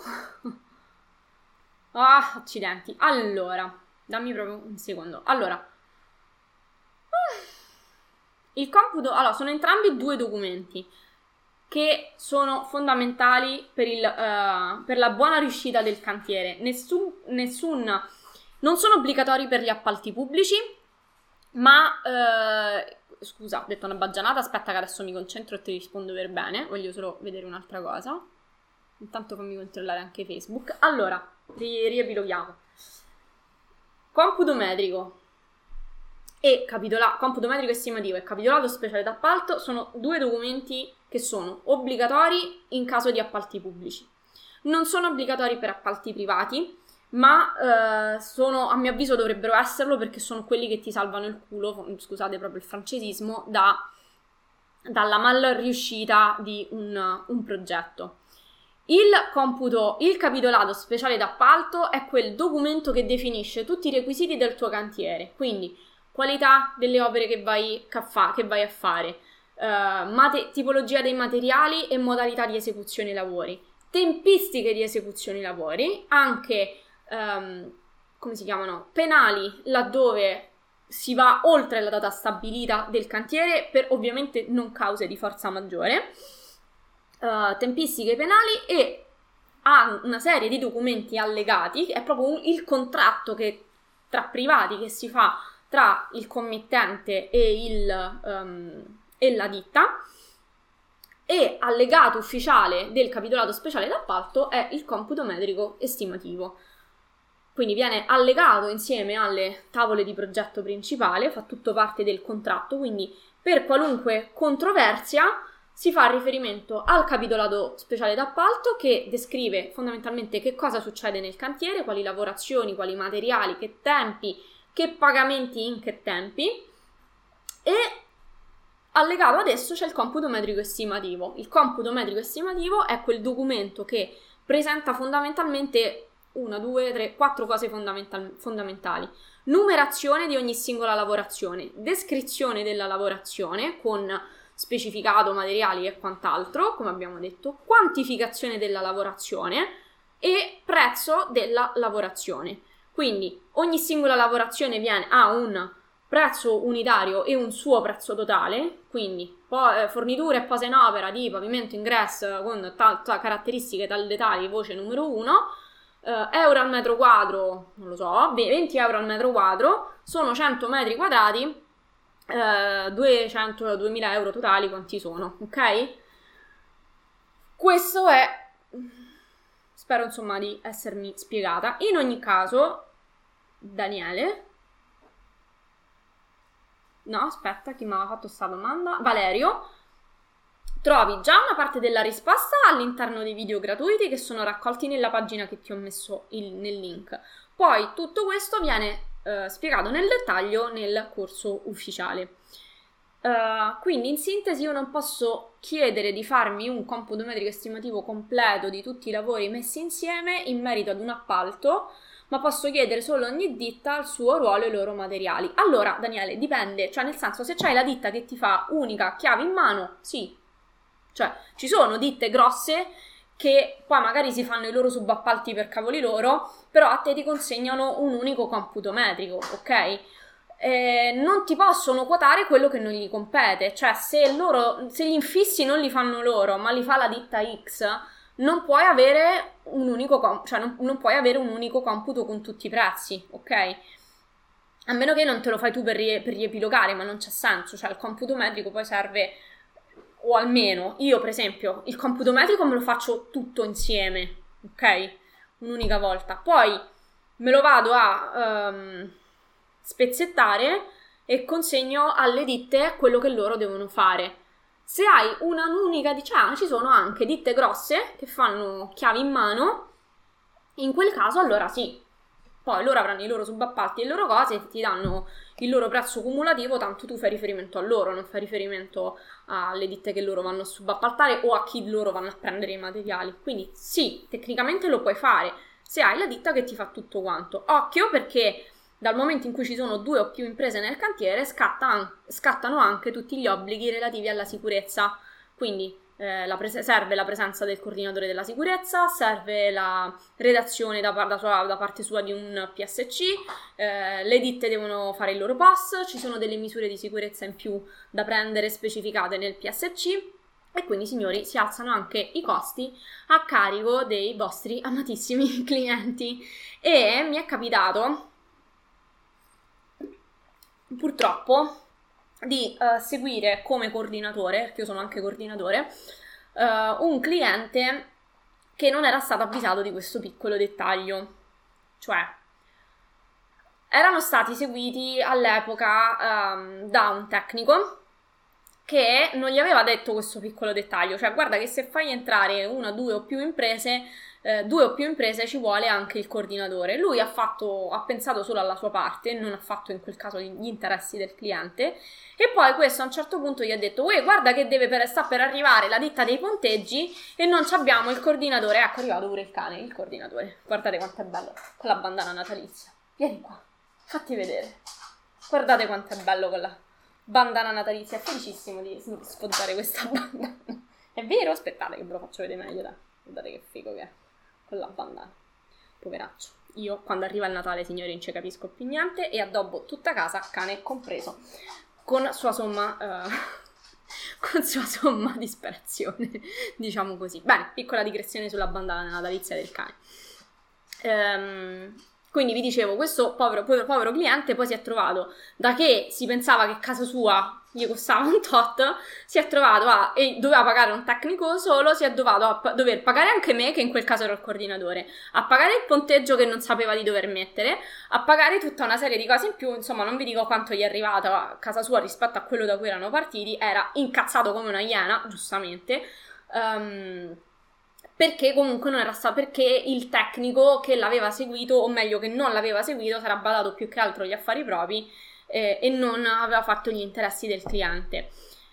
Ah, accidenti. Allora, dammi proprio un secondo. Allora, il computo, allora, sono entrambi due documenti che sono fondamentali per, il, uh, per la buona riuscita del cantiere. Nessun, nessun, non sono obbligatori per gli appalti pubblici, ma, uh, scusa, ho detto una baggianata, aspetta che adesso mi concentro e ti rispondo per bene, voglio solo vedere un'altra cosa. Intanto fammi controllare anche Facebook. Allora, ri- riepiloghiamo. Computo metrico e capitola- computo metrico estimativo e capitolato speciale d'appalto sono due documenti che sono obbligatori in caso di appalti pubblici. Non sono obbligatori per appalti privati, ma eh, sono, a mio avviso dovrebbero esserlo, perché sono quelli che ti salvano il culo, scusate proprio il francesismo, da, dalla mal riuscita di un, un progetto. Il computo, il capitolato speciale d'appalto è quel documento che definisce tutti i requisiti del tuo cantiere, quindi qualità delle opere che vai, che vai a fare, uh, mate- tipologia dei materiali e modalità di esecuzione dei lavori, tempistiche di esecuzione dei lavori, anche um, come si chiamano, penali laddove si va oltre la data stabilita del cantiere per ovviamente non cause di forza maggiore, uh, tempistiche penali, e ha una serie di documenti allegati, è proprio un, il contratto che tra privati che si fa tra il committente e, il, um, e la ditta, e allegato ufficiale del capitolato speciale d'appalto è il computo metrico estimativo. Quindi viene allegato insieme alle tavole di progetto principale, fa tutto parte del contratto, quindi per qualunque controversia si fa riferimento al capitolato speciale d'appalto, che descrive fondamentalmente che cosa succede nel cantiere, quali lavorazioni, quali materiali, che tempi, che pagamenti in che tempi, e allegato adesso c'è il computo metrico estimativo. Il computo metrico estimativo è quel documento che presenta fondamentalmente una, due, tre, quattro cose fondamental- fondamentali. Numerazione di ogni singola lavorazione, descrizione della lavorazione con specificato, materiali e quant'altro, come abbiamo detto, quantificazione della lavorazione e prezzo della lavorazione. Quindi ogni singola lavorazione viene a un prezzo unitario e un suo prezzo totale, quindi po- eh, forniture e posa in opera di pavimento ingresso con ta- ta- caratteristiche tal dettagli, voce numero uno, eh, euro al metro quadro, non lo so, venti euro al metro quadro, sono cento metri quadrati, eh, duecento, duemila euro totali, quanti sono, ok? Questo è... Spero insomma di essermi spiegata. In ogni caso, Daniele, no, aspetta, chi mi aveva fatto questa domanda? Valerio. Trovi già una parte della risposta all'interno dei video gratuiti che sono raccolti nella pagina che ti ho messo il, nel link. Poi tutto questo viene eh, spiegato nel dettaglio nel corso ufficiale. Uh, quindi in sintesi io non posso chiedere di farmi un computo metrico estimativo completo di tutti i lavori messi insieme in merito ad un appalto, ma posso chiedere solo a ogni ditta il suo ruolo e i loro materiali. Allora, Daniele, dipende, cioè nel senso, se c'hai la ditta che ti fa unica chiave in mano, sì. Cioè, ci sono ditte grosse che poi magari si fanno i loro subappalti per cavoli loro, però a te ti consegnano un unico computo metrico, ok? Eh, non ti possono quotare quello che non gli compete, cioè se loro, se gli infissi non li fanno loro, ma li fa la ditta X, non puoi avere un unico, com- cioè non, non puoi avere un unico computo con tutti i prezzi, ok? A meno che non te lo fai tu per, rie- per riepilogare, ma non c'è senso, cioè il computo metrico poi serve, o almeno io per esempio il computo metrico me lo faccio tutto insieme, ok? Un'unica volta, poi me lo vado a um, spezzettare e consegno alle ditte quello che loro devono fare. Se hai una unica, diciamo, ci sono anche ditte grosse che fanno chiavi in mano, in quel caso allora sì, poi loro avranno i loro subappalti e le loro cose e ti danno il loro prezzo cumulativo, tanto tu fai riferimento a loro, non fai riferimento alle ditte che loro vanno a subappaltare o a chi loro vanno a prendere i materiali. Quindi sì, tecnicamente lo puoi fare se hai la ditta che ti fa tutto quanto. Occhio, perché dal momento in cui ci sono due o più imprese nel cantiere scatta, scattano anche tutti gli obblighi relativi alla sicurezza, quindi eh, la pres- serve la presenza del coordinatore della sicurezza, serve la redazione da, da, sua, da parte sua di un P S C, eh, le ditte devono fare il loro P O S, ci sono delle misure di sicurezza in più da prendere specificate nel P S C e quindi signori si alzano anche i costi a carico dei vostri amatissimi clienti. E mi è capitato purtroppo di uh, seguire come coordinatore, perché io sono anche coordinatore, uh, un cliente che non era stato avvisato di questo piccolo dettaglio. Cioè, erano stati seguiti all'epoca um, da un tecnico che non gli aveva detto questo piccolo dettaglio, cioè guarda che se fai entrare una, due o più imprese, eh, due o più imprese ci vuole anche il coordinatore. Lui ha fatto, ha pensato solo alla sua parte, non ha fatto in quel caso gli interessi del cliente, e poi questo a un certo punto gli ha detto uè guarda che deve per, sta per arrivare la ditta dei ponteggi e non abbiamo il coordinatore. Ecco, è arrivato pure il cane, il coordinatore, guardate quanto è bello con la bandana natalizia, vieni qua, fatti vedere, guardate quanto è bello con la bandana natalizia, è felicissimo di sfoggiare questa bandana. È vero? Aspettate che ve lo faccio vedere meglio, dai. Guardate che figo che è con la bandana. Poveraccio. Io quando arriva il Natale, signori, non ci capisco più niente e addobbo tutta casa, cane compreso, con sua somma uh, con sua somma disperazione, diciamo così. Bene, piccola digressione sulla bandana natalizia del cane. Ehm... Quindi vi dicevo, questo povero, povero, povero cliente poi si è trovato, da che si pensava che casa sua gli costava un tot, si è trovato a, e doveva pagare un tecnico solo, si è trovato a dover pagare anche me, che in quel caso ero il coordinatore, a pagare il ponteggio che non sapeva di dover mettere, a pagare tutta una serie di cose in più, insomma non vi dico quanto gli è arrivato a casa sua rispetto a quello da cui erano partiti, era incazzato come una iena, giustamente, um, perché comunque non era stato, perché il tecnico che l'aveva seguito, o meglio che non l'aveva seguito, si era badato più che altro agli affari propri eh, e non aveva fatto gli interessi del cliente.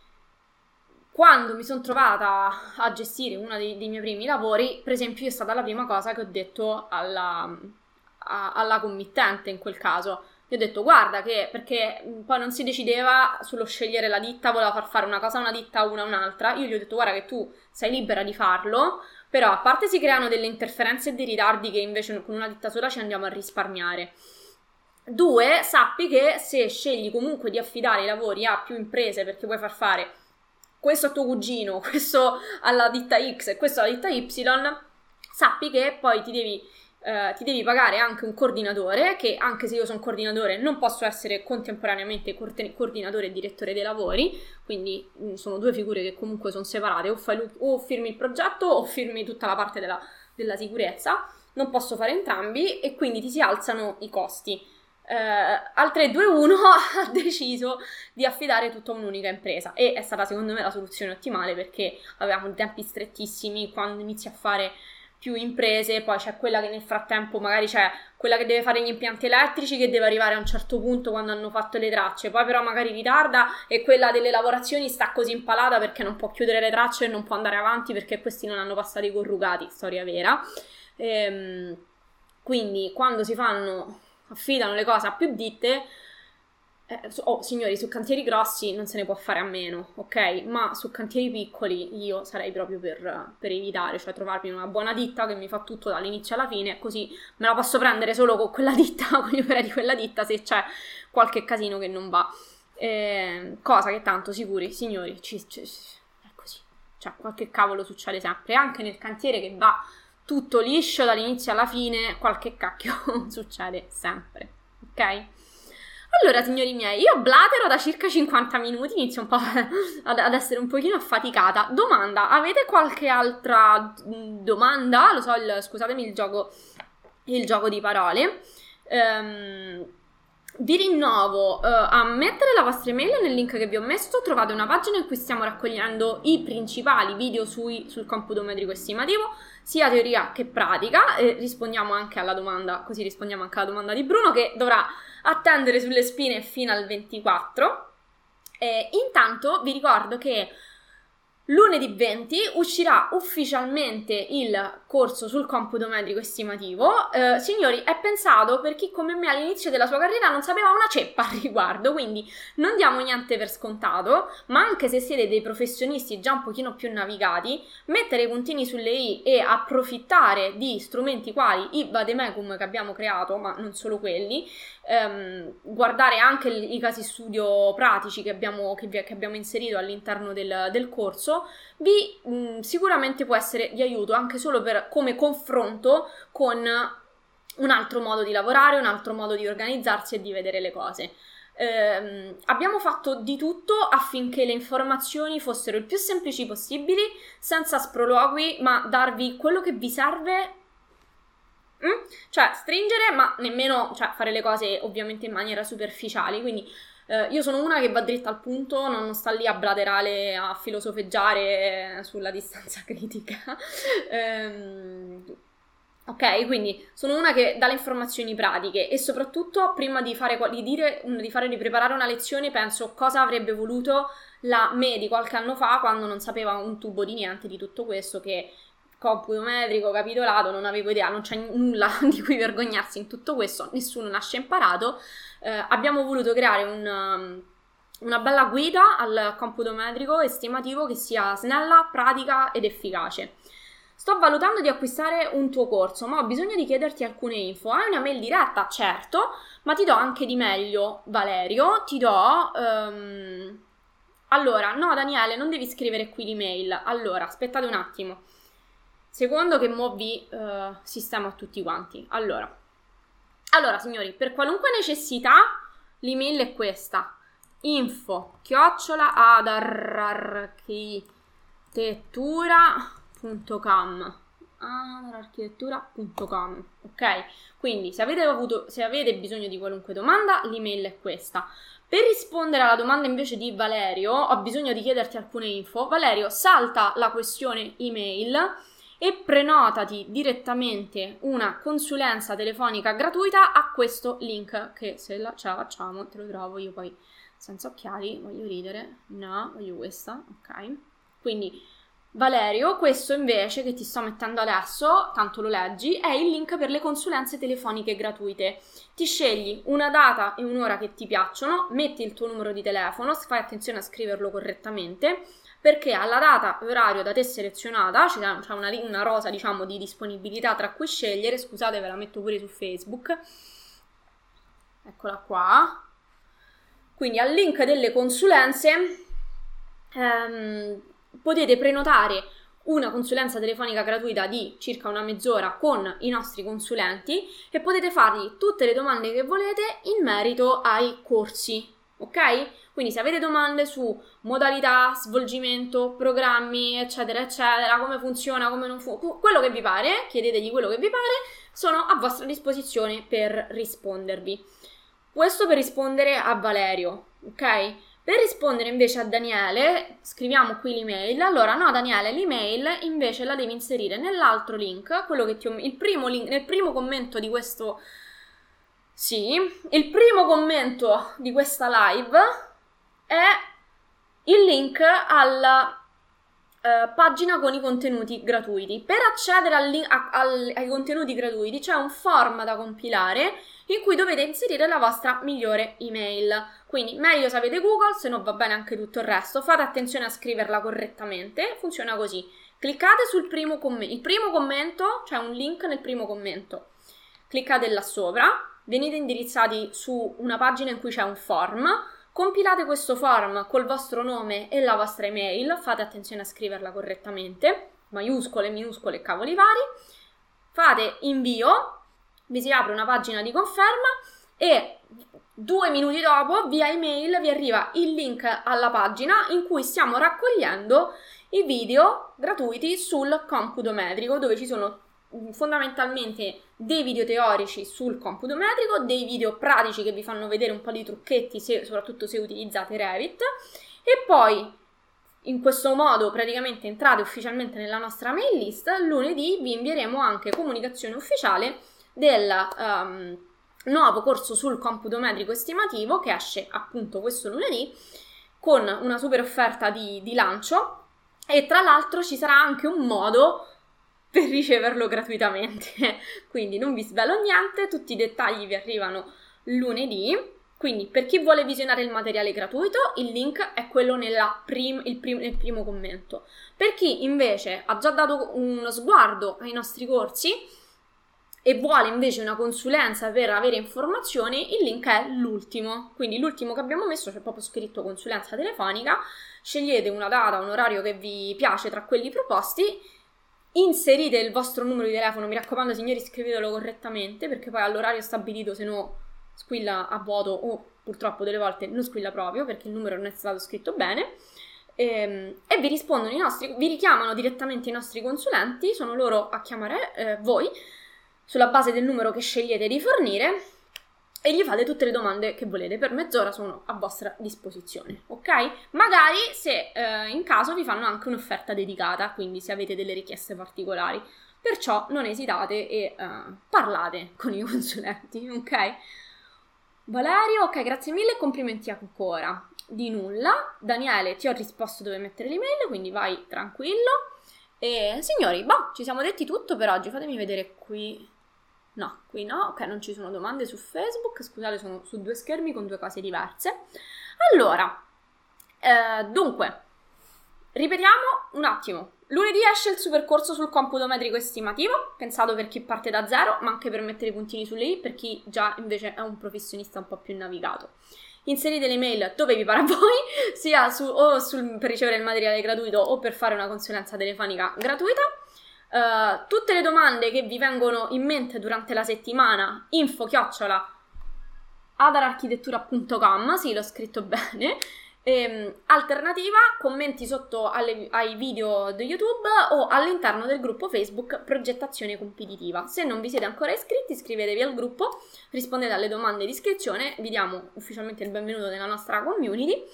Quando mi sono trovata a gestire uno dei, dei miei primi lavori, per esempio, è stata la prima cosa che ho detto alla, a, alla committente in quel caso. Gli ho detto guarda che, perché poi non si decideva sullo scegliere la ditta, voleva far fare una cosa a una ditta, una a un'altra. Io gli ho detto guarda che tu sei libera di farlo, però a parte si creano delle interferenze e dei ritardi che invece con una ditta sola ci andiamo a risparmiare. Due, sappi che se scegli comunque di affidare i lavori a più imprese perché vuoi far fare questo a tuo cugino, questo alla ditta X e questo alla ditta Y, sappi che poi ti devi, eh, ti devi pagare anche un coordinatore, che anche se io sono coordinatore non posso essere contemporaneamente coordinatore e direttore dei lavori, quindi mh, sono due figure che comunque sono separate, o, fai, o firmi il progetto o firmi tutta la parte della, della sicurezza, non posso fare entrambi e quindi ti si alzano i costi. eh, al tre due uno ha deciso di affidare tutto a un'unica impresa e è stata secondo me la soluzione ottimale, perché avevamo tempi strettissimi. Quando inizi a fare più imprese, poi c'è quella che nel frattempo magari c'è quella che deve fare gli impianti elettrici, che deve arrivare a un certo punto quando hanno fatto le tracce, poi però magari ritarda, e quella delle lavorazioni sta così impalata perché non può chiudere le tracce e non può andare avanti perché questi non hanno passati i corrugati, storia vera. Ehm, quindi quando si fanno, affidano le cose a più ditte, eh, oh signori, su cantieri grossi non se ne può fare a meno, ok? Ma su cantieri piccoli io sarei proprio per, per evitare, cioè trovarmi una buona ditta che mi fa tutto dall'inizio alla fine, così me la posso prendere solo con quella ditta, con gli operai di quella ditta, se c'è qualche casino che non va. Eh, cosa che tanto, sicuri, signori, ci, ci, è così, cioè qualche cavolo succede sempre, anche nel cantiere che va tutto liscio dall'inizio alla fine, qualche cacchio succede sempre, ok? Allora, signori miei, io blatero da circa cinquanta minuti, inizio un po' ad, ad essere un pochino affaticata. Domanda, avete qualche altra domanda? Lo so, il, scusatemi il gioco, il gioco di parole. Ehm, vi rinnovo uh, a mettere la vostra email nel link che vi ho messo. Trovate una pagina in cui stiamo raccogliendo i principali video sui, sul computo metrico estimativo, sia teoria che pratica, e rispondiamo anche alla domanda, così rispondiamo anche alla domanda di Bruno, che dovrà attendere sulle spine fino al ventiquattro. E intanto vi ricordo che lunedì venti uscirà ufficialmente il corso sul computo metrico estimativo. Eh, signori, è pensato per chi come me all'inizio della sua carriera non sapeva una ceppa al riguardo, quindi non diamo niente per scontato, ma anche se siete dei professionisti già un pochino più navigati, mettere i puntini sulle i e approfittare di strumenti quali i vademecum che abbiamo creato, ma non solo quelli, ehm, guardare anche i casi studio pratici che abbiamo, che vi, che abbiamo inserito all'interno del, del corso, vi mh, sicuramente può essere di aiuto anche solo per come confronto con un altro modo di lavorare, un altro modo di organizzarsi e di vedere le cose. Eh, abbiamo fatto di tutto affinché le informazioni fossero il più semplici possibili, senza sproloqui, ma darvi quello che vi serve. Mm? Cioè stringere, ma nemmeno, cioè, fare le cose ovviamente in maniera superficiale. Quindi eh, io sono una che va dritta al punto, non sta lì a blaterare, a filosofeggiare sulla distanza critica. ehm, ok, quindi sono una che dà le informazioni pratiche, e soprattutto prima di fare, di dire, di fare, di preparare una lezione, penso cosa avrebbe voluto la me di qualche anno fa, quando non sapeva un tubo di niente di tutto questo, che computo metrico, capitolato, non avevo idea, non c'è nulla di cui vergognarsi in tutto questo, nessuno nasce imparato. Eh, abbiamo voluto creare un, um, una bella guida al computo metrico estimativo che sia snella, pratica ed efficace. Sto valutando di acquistare un tuo corso, ma ho bisogno di chiederti alcune info. Hai una mail diretta? Certo, ma ti do anche di meglio, Valerio, ti do... Um... Allora, no Daniele, non devi scrivere qui l'email. Allora, aspettate un attimo. Secondo che mo vi uh, sistema a tutti quanti. Allora, allora signori, per qualunque necessità l'email è questa: info chiocciola adararchitettura punto com adararchitettura punto com. Ok? Quindi se avete avuto, se avete bisogno di qualunque domanda, l'email è questa. Per rispondere alla domanda invece di Valerio, ho bisogno di chiederti alcune info. Valerio, salta la questione email e prenotati direttamente una consulenza telefonica gratuita a questo link, che se la, ce la facciamo te lo trovo io poi senza occhiali, voglio ridere, no, voglio questa, ok? Quindi Valerio, questo invece che ti sto mettendo adesso, tanto lo leggi, è il link per le consulenze telefoniche gratuite. Ti scegli una data e un'ora che ti piacciono, metti il tuo numero di telefono, fai attenzione a scriverlo correttamente, perché alla data e orario da te selezionata c'è una, una rosa, diciamo, di disponibilità tra cui scegliere. Scusate, ve la metto pure su Facebook, eccola qua. Quindi al link delle consulenze ehm, potete prenotare una consulenza telefonica gratuita di circa una mezz'ora con i nostri consulenti, e potete fargli tutte le domande che volete in merito ai corsi, ok? Quindi se avete domande su modalità, svolgimento, programmi, eccetera, eccetera, come funziona, come non funziona, quello che vi pare, chiedetegli quello che vi pare, sono a vostra disposizione per rispondervi. Questo per rispondere a Valerio, ok? Per rispondere invece a Daniele, scriviamo qui l'email. Allora, no Daniele, l'email invece la devi inserire nell'altro link, quello che ti ho... il primo link, nel primo commento di questo... Sì, il primo commento di questa live è il link alla eh, pagina con i contenuti gratuiti. Per accedere al link, a, al, ai contenuti gratuiti c'è un form da compilare in cui dovete inserire la vostra migliore email. Quindi meglio se avete Google, se no va bene anche tutto il resto. Fate attenzione a scriverla correttamente. Funziona così. Cliccate sul primo commento. Il primo commento, c'è un link nel primo commento. Cliccate là sopra. Venite indirizzati su una pagina in cui c'è un form. Compilate questo form col vostro nome e la vostra email. Fate attenzione a scriverla correttamente. Maiuscole, minuscole e cavoli vari. Fate invio. Vi si apre una pagina di conferma e due minuti dopo via email vi arriva il link alla pagina in cui stiamo raccogliendo i video gratuiti sul computo metrico, dove ci sono fondamentalmente dei video teorici sul computo metrico, dei video pratici che vi fanno vedere un po' di trucchetti, se, soprattutto se utilizzate Revit, e poi in questo modo praticamente entrate ufficialmente nella nostra mail list. Lunedì vi invieremo anche comunicazione ufficiale del um, nuovo corso sul computo metrico estimativo che esce appunto questo lunedì con una super offerta di, di lancio, e tra l'altro ci sarà anche un modo per riceverlo gratuitamente. Quindi non vi svelo niente, tutti i dettagli vi arrivano lunedì. Quindi per chi vuole visionare il materiale gratuito, il link è quello nella prim- il prim- nel primo commento. Per chi invece ha già dato uno sguardo ai nostri corsi e vuole invece una consulenza per avere informazioni, il link è l'ultimo. Quindi l'ultimo che abbiamo messo c'è proprio scritto consulenza telefonica. Scegliete una data, un orario che vi piace tra quelli proposti, inserite il vostro numero di telefono, mi raccomando signori scrivetelo correttamente perché poi all'orario stabilito se no squilla a vuoto o purtroppo delle volte non squilla proprio perché il numero non è stato scritto bene. E, e vi rispondono i nostri, vi richiamano direttamente i nostri consulenti, sono loro a chiamare eh, voi sulla base del numero che scegliete di fornire e gli fate tutte le domande che volete. Per mezz'ora sono a vostra disposizione, ok? Magari se eh, in caso vi fanno anche un'offerta dedicata, quindi se avete delle richieste particolari, perciò non esitate e uh, parlate con i consulenti, ok? Valerio, ok, grazie mille e complimenti ancora. Di nulla. Daniele, ti ho risposto dove mettere l'email, quindi vai tranquillo. E signori, boh, ci siamo detti tutto per oggi. Fatemi vedere qui. No, qui no, ok, non ci sono domande su Facebook, scusate, sono su due schermi con due cose diverse. Allora, eh, dunque, ripetiamo un attimo. Lunedì esce il supercorso sul computo metrico estimativo, pensato per chi parte da zero, ma anche per mettere i puntini sulle i, per chi già invece è un professionista un po' più navigato. Inserite l'email dove vi pare a voi, sia su, o sul, per ricevere il materiale gratuito o per fare una consulenza telefonica gratuita. Uh, tutte le domande che vi vengono in mente durante la settimana, info chiocciola adararchitettura punto com, sì, l'ho scritto bene. E, alternativa, commenti sotto alle, ai video di YouTube o all'interno del gruppo Facebook Progettazione Competitiva. Se non vi siete ancora iscritti, iscrivetevi al gruppo, rispondete alle domande di iscrizione, vi diamo ufficialmente il benvenuto nella nostra community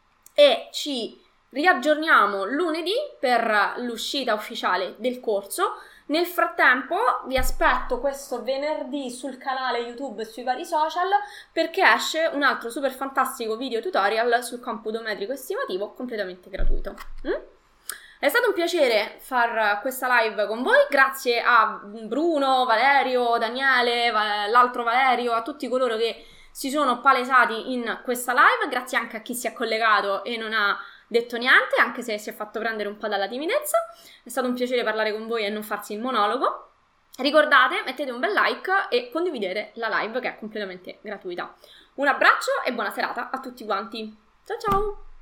e ci riaggiorniamo lunedì per l'uscita ufficiale del corso. Nel frattempo vi aspetto questo venerdì sul canale YouTube e sui vari social perché esce un altro super fantastico video tutorial sul computo metrico estimativo completamente gratuito. Mm? È stato un piacere far questa live con voi, grazie a Bruno, Valerio, Daniele, l'altro Valerio, a tutti coloro che si sono palesati in questa live, grazie anche a chi si è collegato e non ha detto niente, anche se si è fatto prendere un po' dalla timidezza. È stato un piacere parlare con voi e non farsi il monologo. Ricordate, mettete un bel like e condividete la live che è completamente gratuita. Un abbraccio e buona serata a tutti quanti. Ciao ciao!